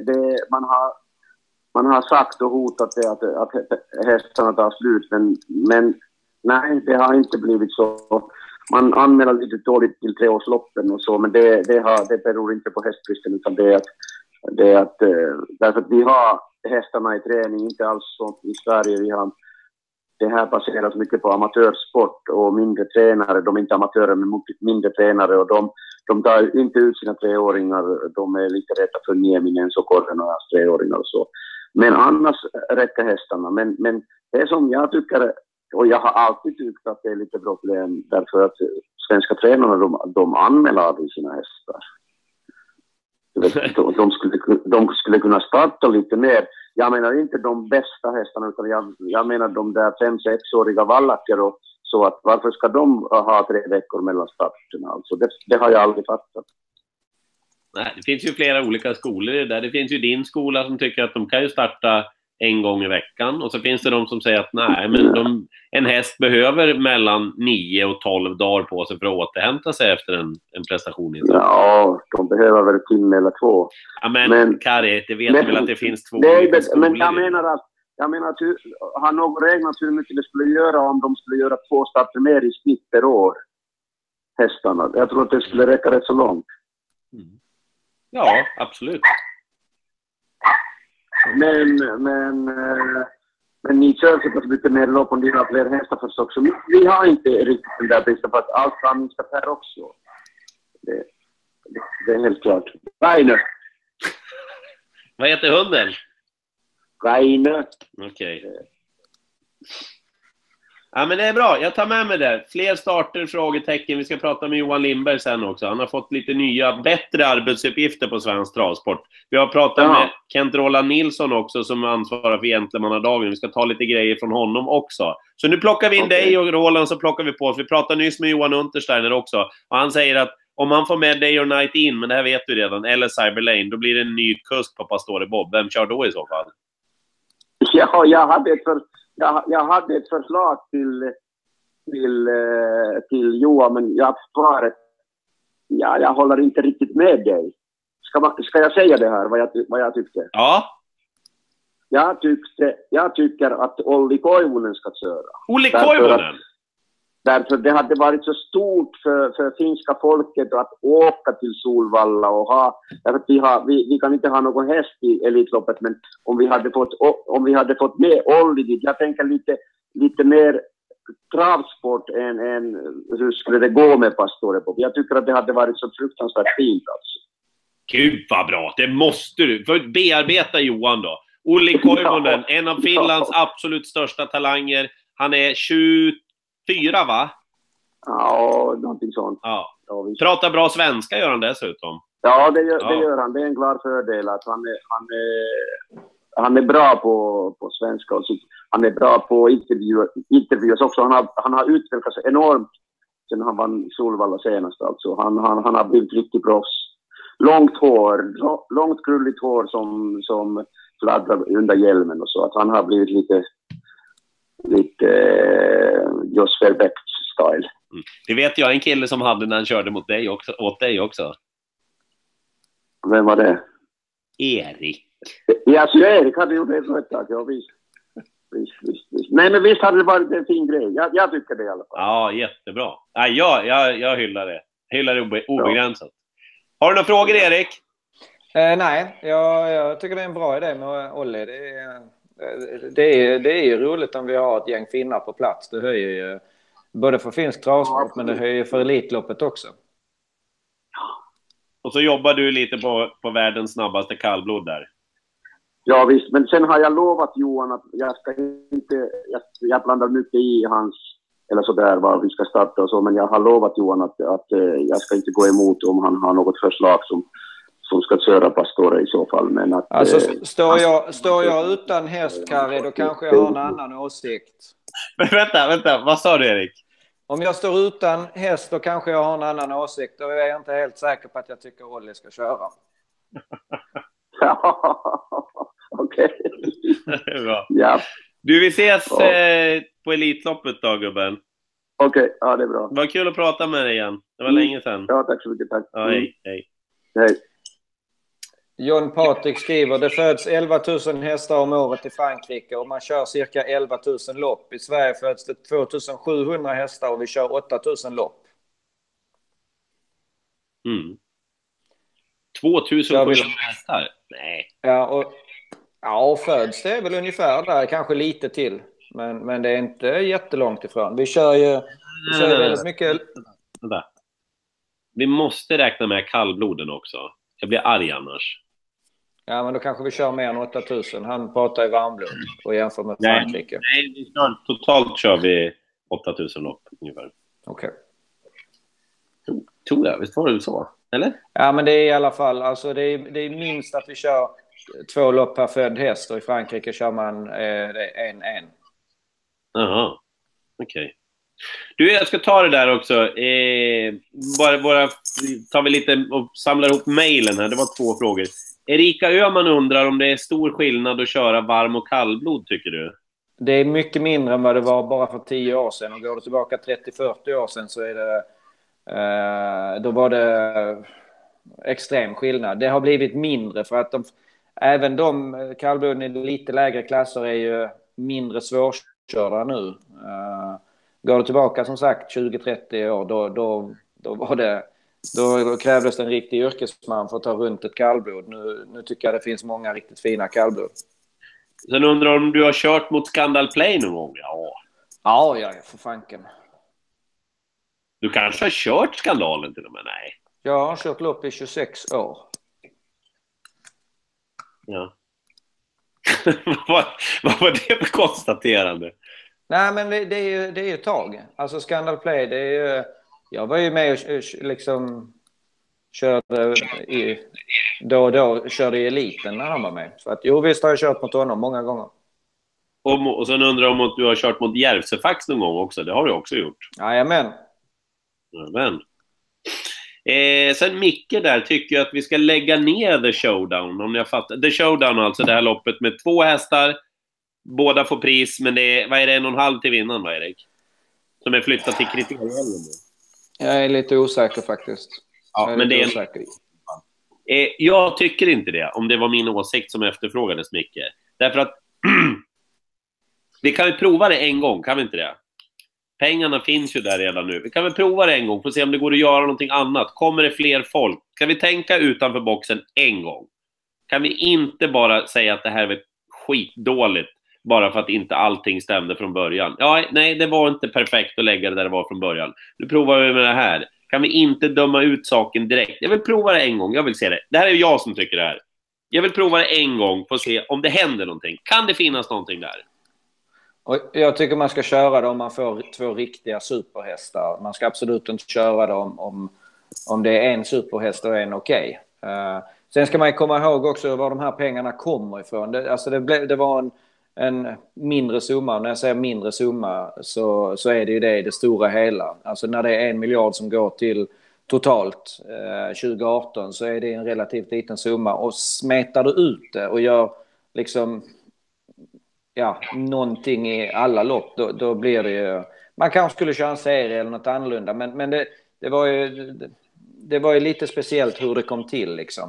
Man har sagt och hotat det att hästarna tar slut, men nej, det har inte blivit så. Man anmäler lite dåligt till 3-årsloppen och så, men det beror inte på hästbristen, utan det är att därför att vi har hästarna i träning, inte alls som i Sverige. Det här baseras mycket på amatörsport och mindre tränare. De är inte amatörer, men mindre tränare, och de tar inte ut sina 3-åringar. De är lite rädda för Nieminens och Korvenornas 3-åringar och så. Men annars räcker hästarna. Men det som jag tycker, och jag har alltid tyckt att det är lite problem, därför att svenska tränarna, de anmäler aldrig sina hästar. De skulle kunna starta lite mer. Jag menar inte de bästa hästarna, utan jag menar de där 5-6-åriga vallacker, och så att varför ska de ha 3 veckor mellan starterna? Alltså det har jag aldrig fattat. Nej, det finns ju flera olika skolor där. Det finns ju din skola som tycker att de kan ju starta en gång i veckan, och så finns det de som säger att nej, men en häst behöver mellan 9 och 12 dagar på sig för att återhämta sig efter en prestation. Ja, de behöver väl timme eller 2. Ja, men Kari, det vet du väl att det finns 2 olika skolor. Men jag menar att har någon räknat hur mycket det skulle göra om de skulle göra 2 starter mer i snitt per år, hästarna? Jag tror att det skulle räcka rätt så långt. Ja, absolut. Men ni kör så pass mycket mer lopp om ni har fler hästar förstås. Så vi har inte riktigt den där bristen, för att allt kan ska per också. Det är helt klart. Kaine. Vad heter hunden? Kaine. Okej. Ja, men det är bra. Jag tar med mig det. Fler starter, frågetecken. Vi ska prata med Johan Lindberg sen också. Han har fått lite nya, bättre arbetsuppgifter på svensk travsport. Vi har pratat med Kent Roland Nilsson också, som ansvarar för Gentlemannadagen. Vi ska ta lite grejer från honom också. Så nu plockar vi in dig och Roland, så plockar vi på oss. Vi pratade nyss med Johan Untersteiner också. Och han säger att om man får med Day or Night In, men det här vet du redan, eller Cyberlane, då blir det en ny kusk på Pastore Bob. Vem kör då i så fall? Ja, jag hade ett förslag till Johan, men jag svaret, jag håller inte riktigt med dig. Ska jag säga det här, vad jag tyckte? Ja. Jag tycker att Olli Koivunen ska köra. Olli Koivunen? Därför det hade varit så stort för finska folket att åka till Solvalla och ha, därför vi kan inte ha någon häst i Elitloppet, men om vi hade fått med Olli dit, jag tänker lite mer travsport än hur skulle det gå med Pastore Bob. Jag tycker att det hade varit så fruktansvärt fint alltså. Gud vad bra, det måste du. För bearbeta Johan då. Olli Koivunen, en av Finlands absolut största talanger. Han är 24, va? Ja, någonting sånt. Ja. Pratar bra svenska gör han dessutom. Ja, det gör han. Det är en klar fördel att han är bra på svenska, och han är bra på intervjuer också. Han har utvecklats enormt sen han vann Solvalla senast. Alltså. Han har blivit riktigt proffs. Långt krulligt hår som fladdrar under hjälmen och så. Att han har blivit lite Jos Verbeek-style. Det vet jag en kille som hade när han körde åt dig också. Vem var det? Erik. Ja, så Erik hade gjort det så ett tag. Ja, visst. Nej, men visst hade det varit en fin grej. Jag tycker det i alla fall. Ja, jättebra. Ja, jag hyllar det. Hyllar det obegränsat. Har du några frågor, Erik? Nej, jag tycker det är en bra idé med Olli. Det är ju roligt om vi har ett gäng finnar på plats. Det höjer ju både för finsk travsport, men det höjer för Elitloppet också. Och så jobbar du lite på världens snabbaste kallblod där. Ja visst, men sen har jag lovat Johan att jag ska inte, jag blandar mycket i hans, eller sådär vad vi ska starta och så, men jag har lovat Johan att jag ska inte gå emot om han har något förslag som ska köra Pastore i så fall. Men att, alltså står jag utan häst, Kari, då kanske jag har en annan åsikt. Men vänta, vad sa du, Erik? Om jag står utan häst, då kanske jag har en annan åsikt. Och jag är inte helt säker på att jag tycker Olli ska köra. Okej. Bra. Ja. Du, vi ses på Elitloppet då, gubben. Okej, ja det är bra. Det var kul att prata med dig igen. Det var länge sedan. Ja, tack så mycket. Tack. Ja, hej. Hej. John Patrik skriver, det föds 11 000 hästar om året i Frankrike och man kör cirka 11 000 lopp. I Sverige föds det 2700 hästar och vi kör 8 000 lopp. 2700 hästar? Nej. Ja, föds det är väl ungefär där, kanske lite till. Men det är inte jättelångt ifrån. Vi kör ju väldigt mycket. Vi måste räkna med kallbloden också. Jag blir arg annars. Ja, men då kanske vi kör mer än 8 000. Han pratar i varmblod och jämför med Frankrike. Nej, totalt kör vi 8 000 lopp ungefär. Okej. Tror jag, visst var det så? Eller? Ja, men det är i alla fall, alltså det är minst att vi kör 2 lopp per född häst och i Frankrike kör man en. Jaha, okej. Du, jag ska ta det där också. Bara tar vi lite och samlar ihop mejlen här. Det var 2 frågor. Erika Öhman undrar om det är stor skillnad att köra varm- och kallblod, tycker du? Det är mycket mindre än vad det var bara för 10 år sedan. Och går du tillbaka 30-40 år sedan så är det... då var det extrem skillnad. Det har blivit mindre för att även de kallbloden i lite lägre klasser är ju mindre svårkörda nu. Går du tillbaka som sagt 20-30 år då krävdes det en riktig yrkesman för att ta runt ett kallblod. Nu tycker jag det finns många riktigt fina kallblod. Sen undrar om du har kört mot Scandal Play någon gång? Ja, för fanken. Du kanske har kört skandalen till och med? Nej. Jag har kört lopp i 26 år. Ja. Vad var det för konstaterande? Nej, men det är ju ett tag. Alltså Scandal Play, det är ju... Jag var ju med och liksom körde körde i eliten när han var med. Så att visst har jag kört mot honom många gånger. Och sen undrar jag om du har kört mot Järvsefax någon gång också. Det har du också gjort. Jajamän. Jajamän. Sen Micke där tycker jag att vi ska lägga ner The Showdown. Om jag fattar. The Showdown, alltså det här loppet med 2 hästar. Båda får pris, men vad är det 1,5 till vinnaren, va, Erik? Som är flyttat till kriterielven nu. Jag är lite osäker faktiskt. Ja, men det är osäker. Jag tycker inte det, om det var min åsikt som efterfrågades mycket. Därför att vi kan ju prova det en gång, kan vi inte det? Pengarna finns ju där redan nu. Vi kan väl prova det en gång för att se om det går att göra någonting annat. Kommer det fler folk? Kan vi tänka utanför boxen en gång? Kan vi inte bara säga att det här är skitdåligt bara för att inte allting stämde från början? Ja, nej, det var inte perfekt att lägga det där det var från början. Nu provar vi med det här. Kan vi inte döma ut saken direkt? Jag vill prova det en gång. Jag vill se det. Det här är jag som tycker det här. Jag vill prova det en gång för att se om det händer någonting. Kan det finnas någonting där? Och jag tycker man ska köra det om man får 2 riktiga superhästar. Man ska absolut inte köra det om det är en superhäst och en okej. Sen ska man komma ihåg också var de här pengarna kommer ifrån. Det var en mindre summa. När jag säger mindre summa så är det ju det stora hela. Alltså när det är 1 miljard som går till totalt 2018 så är det en relativt liten summa. Och smetar du ut det och gör liksom någonting i alla lopp, då blir det ju... Man kanske skulle köra en serie eller något annorlunda, men det var ju lite speciellt hur det kom till liksom.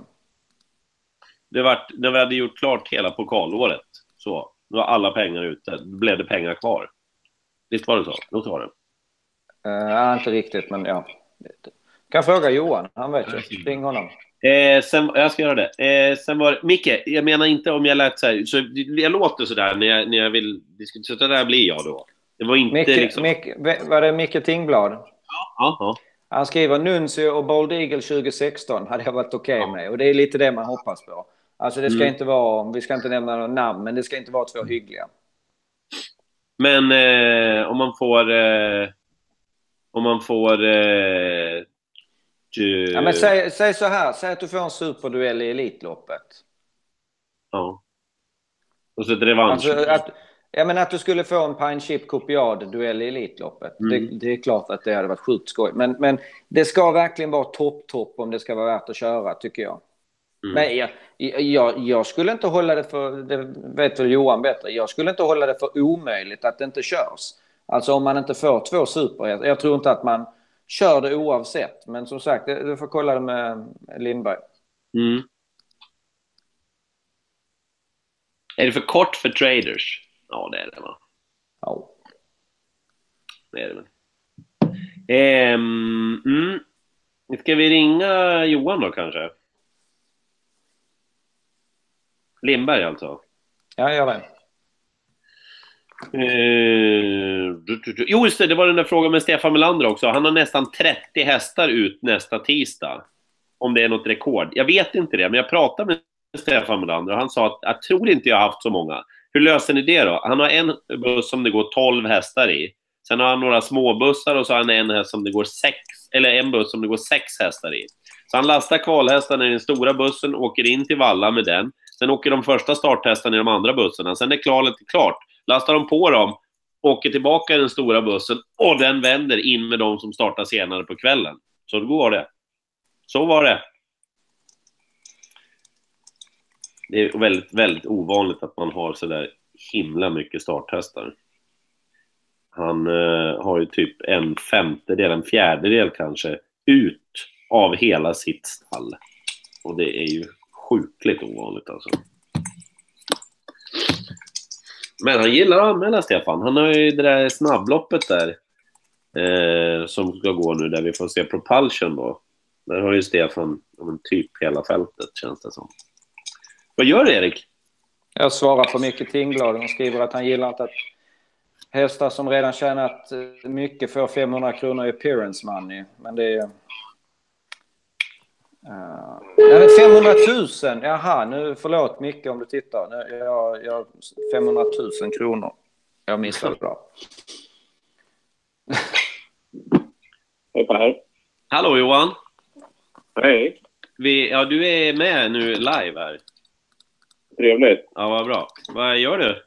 När vi hade gjort klart hela pokalåret så då var alla pengar ute. Då blev det pengar kvar. Visst var det så? Då var det. Inte riktigt, men ja. Kan fråga Johan, han vet ju. Ring honom. Sen, jag ska göra det. Sen var Micke, jag menar inte om jag lät så här. Så jag låter så där när jag vill diskutera. Så där blir jag då. Det var inte var det Micke Tingblad? Ja. Han skriver Nuncio och Bald Eagle 2016 hade jag varit okej med. Och det är lite det man hoppas på. Alltså det ska inte vara, vi ska inte nämna någon namn, men det ska inte vara två hyggliga. Men om man får ja, men säg så här, säg att du får en superduell i Elitloppet. Ja. Och så ett revansch. Alltså att du skulle få en Pine Chip Copiad-duell i Elitloppet. Det är klart att det hade varit sjukt skoj. Men det ska verkligen vara topp om det ska vara värt att köra, tycker jag. Men jag skulle inte hålla det för, det vet väl Johan bättre, jag skulle inte hålla det för omöjligt att det inte körs. Alltså om man inte får 2 super, jag tror inte att man kör det oavsett. Men som sagt, du får kolla det med Lindberg. Är det för kort för traders? Ja, det är det, va? Ja. Det är det väl. Ska vi ringa Johan då kanske? Lindberg alltså? Ja, jag vet. Jo, just det var den där frågan med Stefan Melander också. Han har nästan 30 hästar ut nästa tisdag. Om det är något rekord. Jag vet inte det, men jag pratade med Stefan Melander och han sa att jag tror inte jag har haft så många. Hur löser ni det då? Han har en buss som det går 12 hästar i. Sen har han några småbussar och så har han en häst som det går 6, eller en buss som det går 6 hästar i. Så han lastar kvalhästarna i den stora bussen, åker in till Valla med den. Sen åker de första starthästarna i de andra bussarna. Sen är kvalet klart. Lastar de på dem, åker tillbaka i den stora bussen och den vänder in med de som startar senare på kvällen. Så då går det. Så var det. Det är väldigt, väldigt ovanligt att man har så där himla mycket starthästar. Han har ju typ en fjärdedel kanske ut av hela sitt stall. Och det är ju sjukligt ovanligt alltså. Men han gillar att anmäla, Stefan. Han har ju det där snabbloppet där som ska gå nu, där vi får se Propulsion då. Där har ju Stefan typ hela fältet, känns det som. Vad gör du, Erik? Jag svarar på mycket Tingblad. Han skriver att han gillar inte att hästar som redan tjänat mycket får 500 kronor i appearance money. Men det är... 500 000. Jaha, nu förlåt mycket om du tittar. Nu, jag 500 000 kronor. Jag missade det. Hej Per. Hallå Johan. Hej. Du är med nu live här. Trevligt. Ja, vad bra. Vad gör du?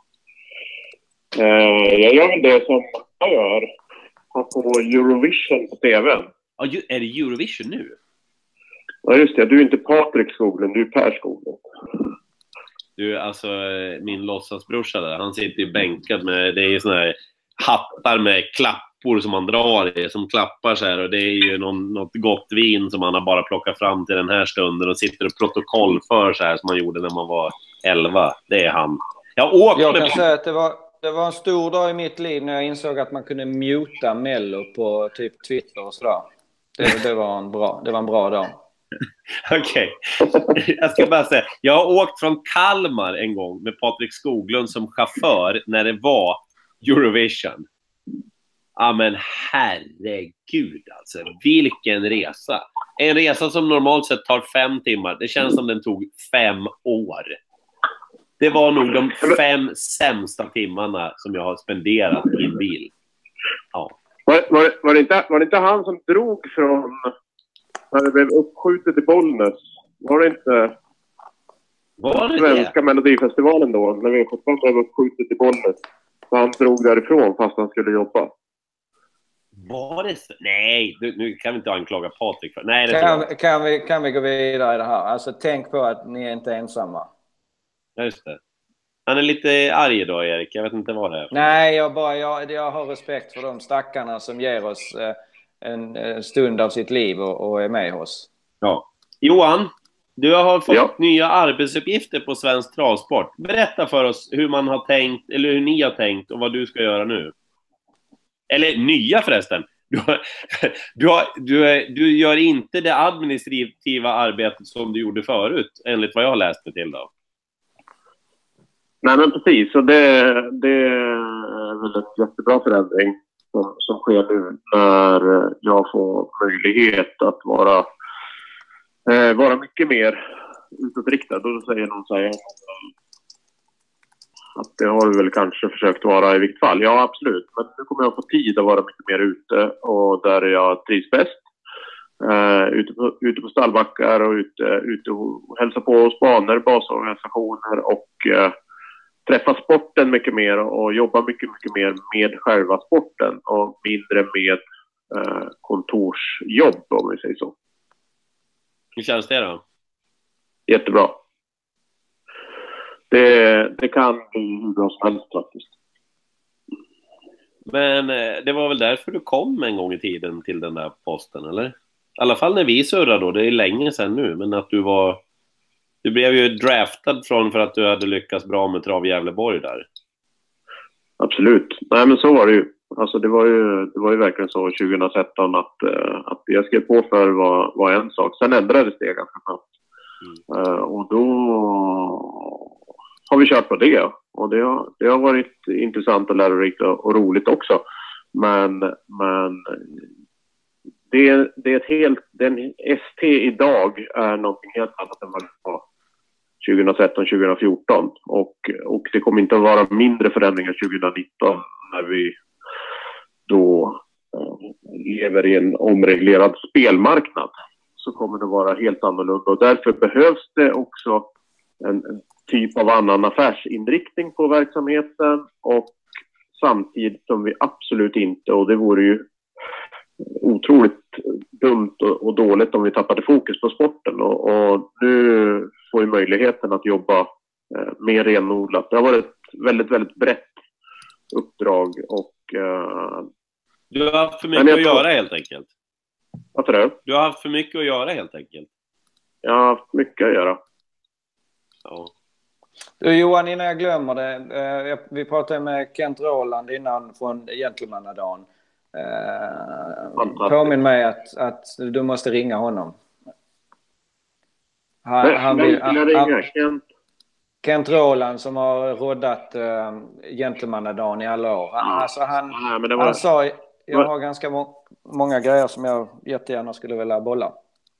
Jag gör väl det som jag gör. På Eurovision på TV. Ja, är det Eurovision nu? Ja, just det. Du är inte Patrik Skoglund, du är Per Skoglund. Du, alltså min låtsasbrorsa där, han sitter ju bänkad med, det är ju såna här hattar med klappor som man drar i, som klappar så här, och det är ju något gott vin som han har bara plockat fram till den här stunden och sitter och protokollför så här som man gjorde när man var 11. Det är han. Jag kan säga att det var en stor dag i mitt liv när jag insåg att man kunde muta Mello på typ Twitter och sådär. Det var en bra dag. Okej. Jag ska bara säga, jag har åkt från Kalmar en gång med Patrik Skoglund som chaufför när det var Eurovision. Ja, men herregud alltså, vilken resa. En resa som normalt sett tar 5 timmar. Det känns som den tog 5 år. Det var nog de 5 sämsta timmarna som jag har spenderat i en bil. Ja. Var det inte han som drog från när det blev uppskjutet i Bollnäs? Var det inte svenska Melodifestivalen då? När vi fortfarande blev uppskjutet i Bollnäs. Så han drog därifrån fast han skulle jobba. Var det så? Nej, nu kan vi inte anklaga Patrik för. Nej, kan vi gå vidare i det här? Alltså tänk på att ni är inte ensamma. Ja, just det. Han är lite arg idag, Erik. Jag vet inte vad det är. Nej, jag har respekt för de stackarna som ger oss en stund av sitt liv och är med oss. Ja. Johan, du har fått nya arbetsuppgifter på Svensk Travsport. Berätta för oss hur man har tänkt, eller hur ni har tänkt och vad du ska göra nu. Eller nya förresten. Du gör inte det administrativa arbetet som du gjorde förut, enligt vad jag har läst mig till då. Nej, men precis. Så det är väl en jättebra förändring. som sker nu när jag får möjlighet att vara mycket mer utåtriktad. Då säger någon så här att det har du väl kanske försökt vara i vilket fall. Ja, absolut. Men nu kommer jag få tid att vara mycket mer ute och där jag trivs bäst. Ute på stallbackar och ute och hälsa på spanor, basorganisationer och träffa sporten mycket mer och jobba mycket mer med själva sporten och mindre med kontorsjobb, om vi säger så. Hur känns det då? Jättebra. Det kan bli hur bra som helst faktiskt. Men det var väl därför du kom en gång i tiden till den där posten, eller? I alla fall när vi surrade då, det är länge sedan nu, men att du blev ju draftad för att du hade lyckats bra med Trav Gävleborg där. Absolut. Nej, men så var det ju. Alltså det var ju verkligen så 2013 att det jag skrev på för var en sak. Sen ändrades det ganska snabbt. Och då har vi kört på det. Och det har varit intressant och lärorikt och roligt också. Men den ST idag är någonting helt annat än vad det var 2013-2014. Och det kommer inte att vara mindre förändringar 2019 när vi då lever i en omreglerad spelmarknad. Så kommer det vara helt annorlunda och därför behövs det också en typ av annan affärsinriktning på verksamheten och samtidigt som vi absolut inte, och det vore ju otroligt dumt och dåligt om vi tappade fokus på sporten och nu får vi möjligheten att jobba mer renodlat. Det har varit ett väldigt, väldigt brett uppdrag och du har haft för mycket att göra helt enkelt. Vad tror du? Du har haft för mycket att göra helt enkelt. Jag har haft mycket att göra. Ja. Du Johan, innan jag glömmer det. Vi pratade med Kent Roland innan från Gentlemannadagen. Påminn mig att du måste ringa honom. Kent Roland som har roddat Gentlemannadagen i alla år. Han sa, jag har ganska många grejer som jag jättegärna skulle vilja bolla.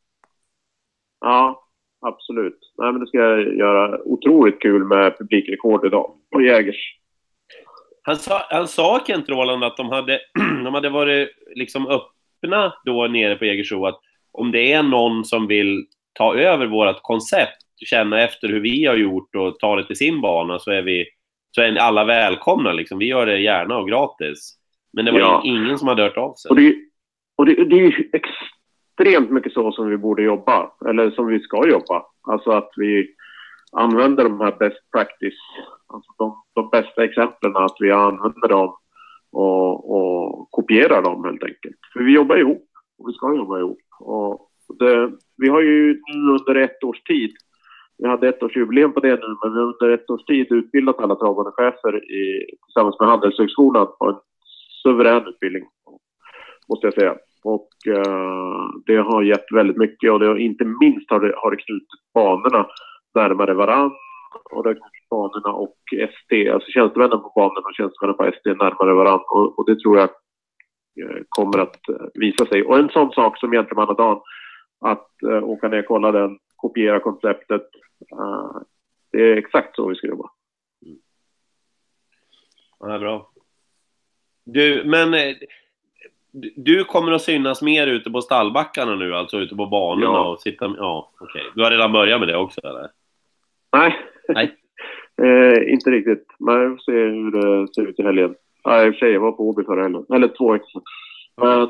Ja, absolut. Nej, men det ska jag göra. Otroligt kul med publikrekord idag på Jägers. Han sa Kent Roland att de hade varit liksom öppna då nere på Jägersro att om det är någon som vill ta över vårt koncept, känna efter hur vi har gjort och ta det till sin bana så är alla välkomna liksom. Vi gör det gärna och gratis. Men det var ingen som hade hört av sig. Och det är ju extremt mycket så som vi borde jobba. Eller som vi ska jobba. Alltså att vi använder de här best practice. Alltså de bästa exemplen. Att vi använder dem och kopierar dem helt enkelt. För vi jobbar ihop. Och vi ska jobba ihop. Och vi har ju nu under ett års tid. Vi hade ett årsjubileum på det nu. Men vi har under ett års tid utbildat alla travande chefer tillsammans med Handelshögskolan på en suverän utbildning, måste jag säga. Och det har gett väldigt mycket och det har, inte minst har det knutit banorna närmare varann och det har knutit banorna och ST, alltså tjänstemännen på banorna och tjänstemännen på ST närmare varann och det tror jag kommer att visa sig. Och en sån sak som Gentlemannadagen, att åka ner och kolla den, kopiera konceptet, det är exakt så vi ska jobba. Ja, det är bra. Du kommer att synas mer ute på stallbackarna nu, alltså ute på banorna och sitta... Ja, okej. Du har redan börjat med det också, eller? Nej. Inte riktigt. Men jag får se hur det ser ut i helgen. Ja, i och för sig, jag var på Åby förra helgen. Eller 2 extra. Men,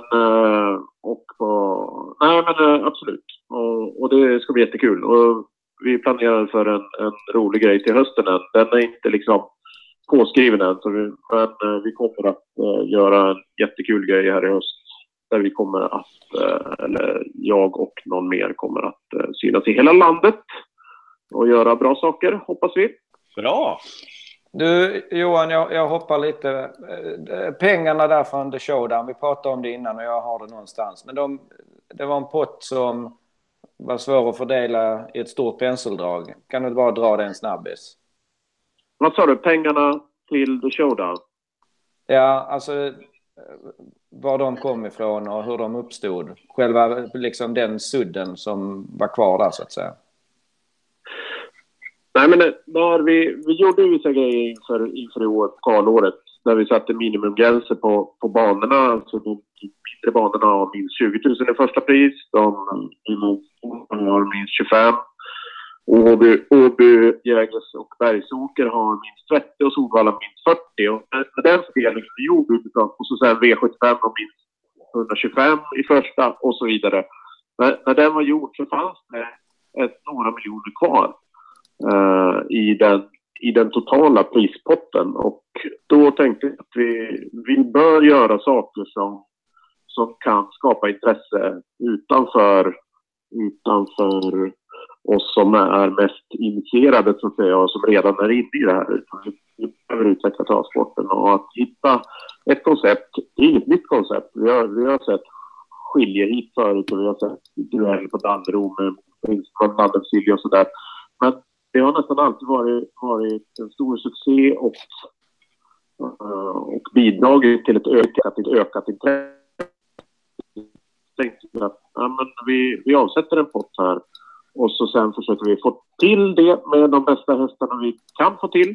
absolut. Och det ska bli jättekul. Och vi planerar för en rolig grej till hösten än. Den är inte liksom påskriven än. Men vi kommer att göra en jättekul grej här i höst. Där vi kommer att, eller jag och någon mer kommer att synas i hela landet. Och göra bra saker, hoppas vi. Bra! Du Johan, jag hoppar lite. Pengarna där från The Showdown, vi pratade om det innan och jag har det någonstans. Men det var en pott som var svår att fördela i ett stort penseldrag. Kan du bara dra den snabbis? Vad sa du? Pengarna till The Showdown? Ja, alltså var de kom ifrån och hur de uppstod. Själva liksom den sudden som var kvar där så att säga. Nej, men vi gjorde ju vissa grejer inför i år, kvalåret, där vi satte minimumgränser på banorna. Alltså de mindre banorna har minst 20 000 i första pris. De har minst 25. Åby, Jägers och Bergsåker har minst 30 och Solvalla minst 40. Och med den spelningen vi gjorde och så sen V75 har minst 125 i första och så vidare. När den var gjord så fanns det några miljoner kvar i den totala prispotten, och då tänkte jag att vi bör göra saker som kan skapa intresse utanför oss som är mest initierade så att säga, och som redan är inne i det här. Vi behöver utveckla travsporten och att hitta ett koncept. Det är inget nytt koncept. Vi har sett skiljehit förut och vi har sett duell på Danderyd med Danderyd och sådär. Men det har nästan alltid varit en stor succé och bidragit till ett ökat intresse. Vi avsätter en pott här och så sen försöker vi få till det med de bästa hästarna vi kan få till.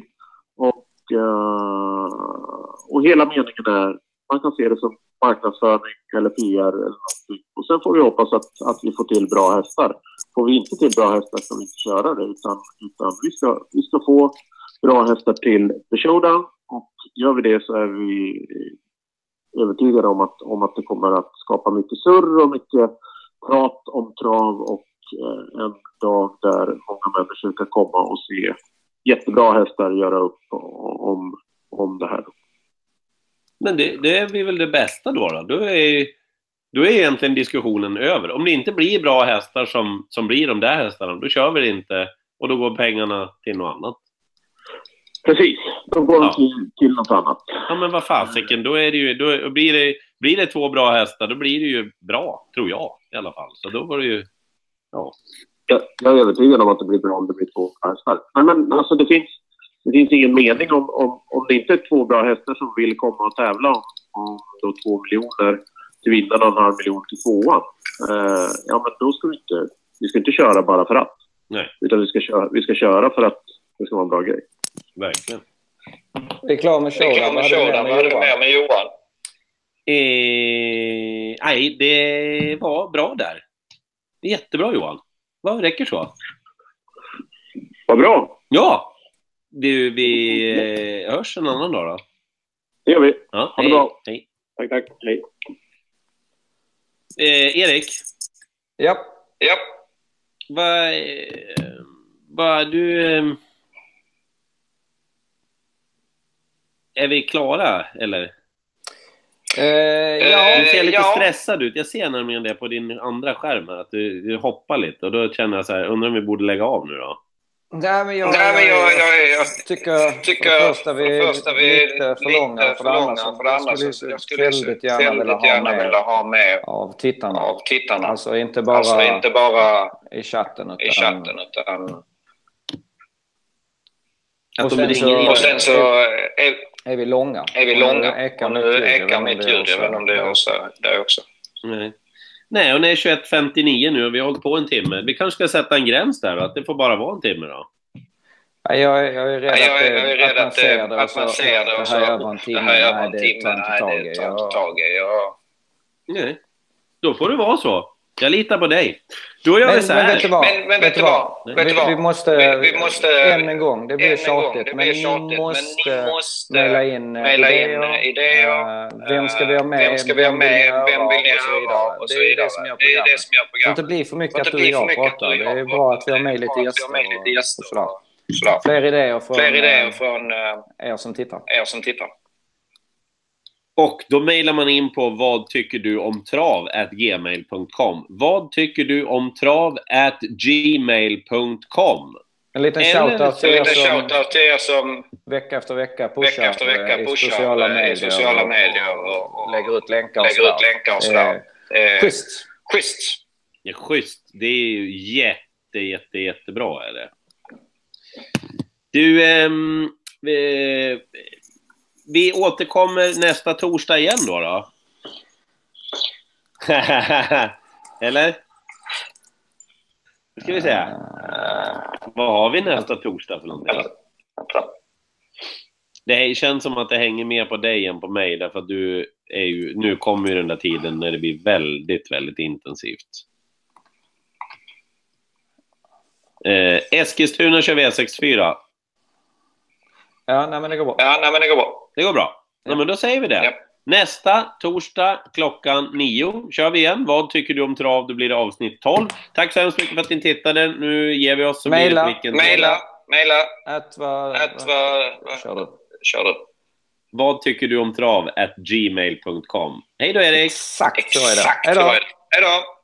Och hela meningen är, man kan se det som marknadsföring eller PR eller någonting. Och sen får vi hoppas att vi får till bra hästar. Får vi inte till bra hästar så vi inte köra det, utan vi ska få bra hästar till The Showdown, och gör vi det så är vi övertygade om att det kommer att skapa mycket surr och mycket prat om trav, och en dag där många människor kan komma och se jättebra hästar göra upp om det här. Men det blir väl det bästa då? Då är egentligen diskussionen över. Om det inte blir bra hästar som blir de där hästarna, då kör vi det inte, och då går pengarna till något annat. Precis, då går de till något annat. Ja, men vad fasiken, då blir det 2 bra hästar, då blir det ju bra, tror jag i alla fall. Så då var det ju, ja. Jag är övertygad om att det blir bra om det blir 2 hästar. Men alltså det finns ingen mening om det inte är 2 bra hästar som vill komma och tävla om då 2 miljoner till vinnarna och 1,5 miljon till 2:an. Ja, men då ska vi ska inte köra bara för att. Nej. Utan vi ska köra för att det ska vara en bra grej. Verkligen. Det är klart med showdown. Vad hade du med Johan? Nej, det var bra där. Jättebra, Johan. Vad räcker så? Vad bra. Ja. Vi hörs en annan dag då. Det gör vi. Ja, ha det bra. Hej. Tack. Hej. Erik. Ja. Vad du... Är vi klara, eller? Ja. Du ser lite stressad ut. Jag ser nämligen det på din andra skärm här, att du hoppar lite. Och då känner jag så här, undrar om vi borde lägga av nu då? Nej, men jag tycker för det första vi är lite för långa, för det andra jag skulle väldigt gärna vilja ha med av tittarna. Alltså inte bara i chatten utan och sen så är vi långa. Och nu ekar mitt ljud. Jag vet inte om det är också. Nej, och det är 21:59 nu och vi har hållit på en timme. Vi kanske ska sätta en gräns där, att det får bara vara en timme då. Jag är rädd att man ser det och så över en timme. Nej, det tar inte tag i. Nej, då får det vara så. Jag litar på dig. Då gör vi så här. Vet du vad? Vi måste än en gång. Det blir tjatigt. Men ni måste mejla in idéer. Vem ska vi ha med? Vem vill ni ha? Och så vidare. Det är det som gör programmet. Det får inte bli för mycket att du och jag pratar. Det är bra att vi har med lite gäster och sådär. Fler idéer från er som tittar. Och då mejlar man in på vadtyckerduomtrav@gmail.com. Vad tycker du om trav@gmail.com? En liten shoutout till er som vecka efter vecka pushar i sociala medier och lägger ut länkar och sådär. Schysst. Ja, schysst. Det är ju jättebra, är det. Du, vi återkommer nästa torsdag igen då. Eller? Nu ska vi se. Vad har vi nästa torsdag för någonting? Det känns som att det hänger mer på dig än på mig. Därför att du är ju... Nu kommer ju den där tiden när det blir väldigt, väldigt intensivt. Eskilstuna kör V64. Ja, nej men det går bra. Det går bra. Ja, men då säger vi det. Ja. Nästa torsdag klockan 9 kör vi igen. Vad tycker du om trav? Då blir det avsnitt 12. Tack så hemskt mycket för att ni tittade. Nu ger vi oss... Maila. Kör du. Vad tycker du om trav? @gmail.com. Hej då, Erik. Exakt så är det. Hej då.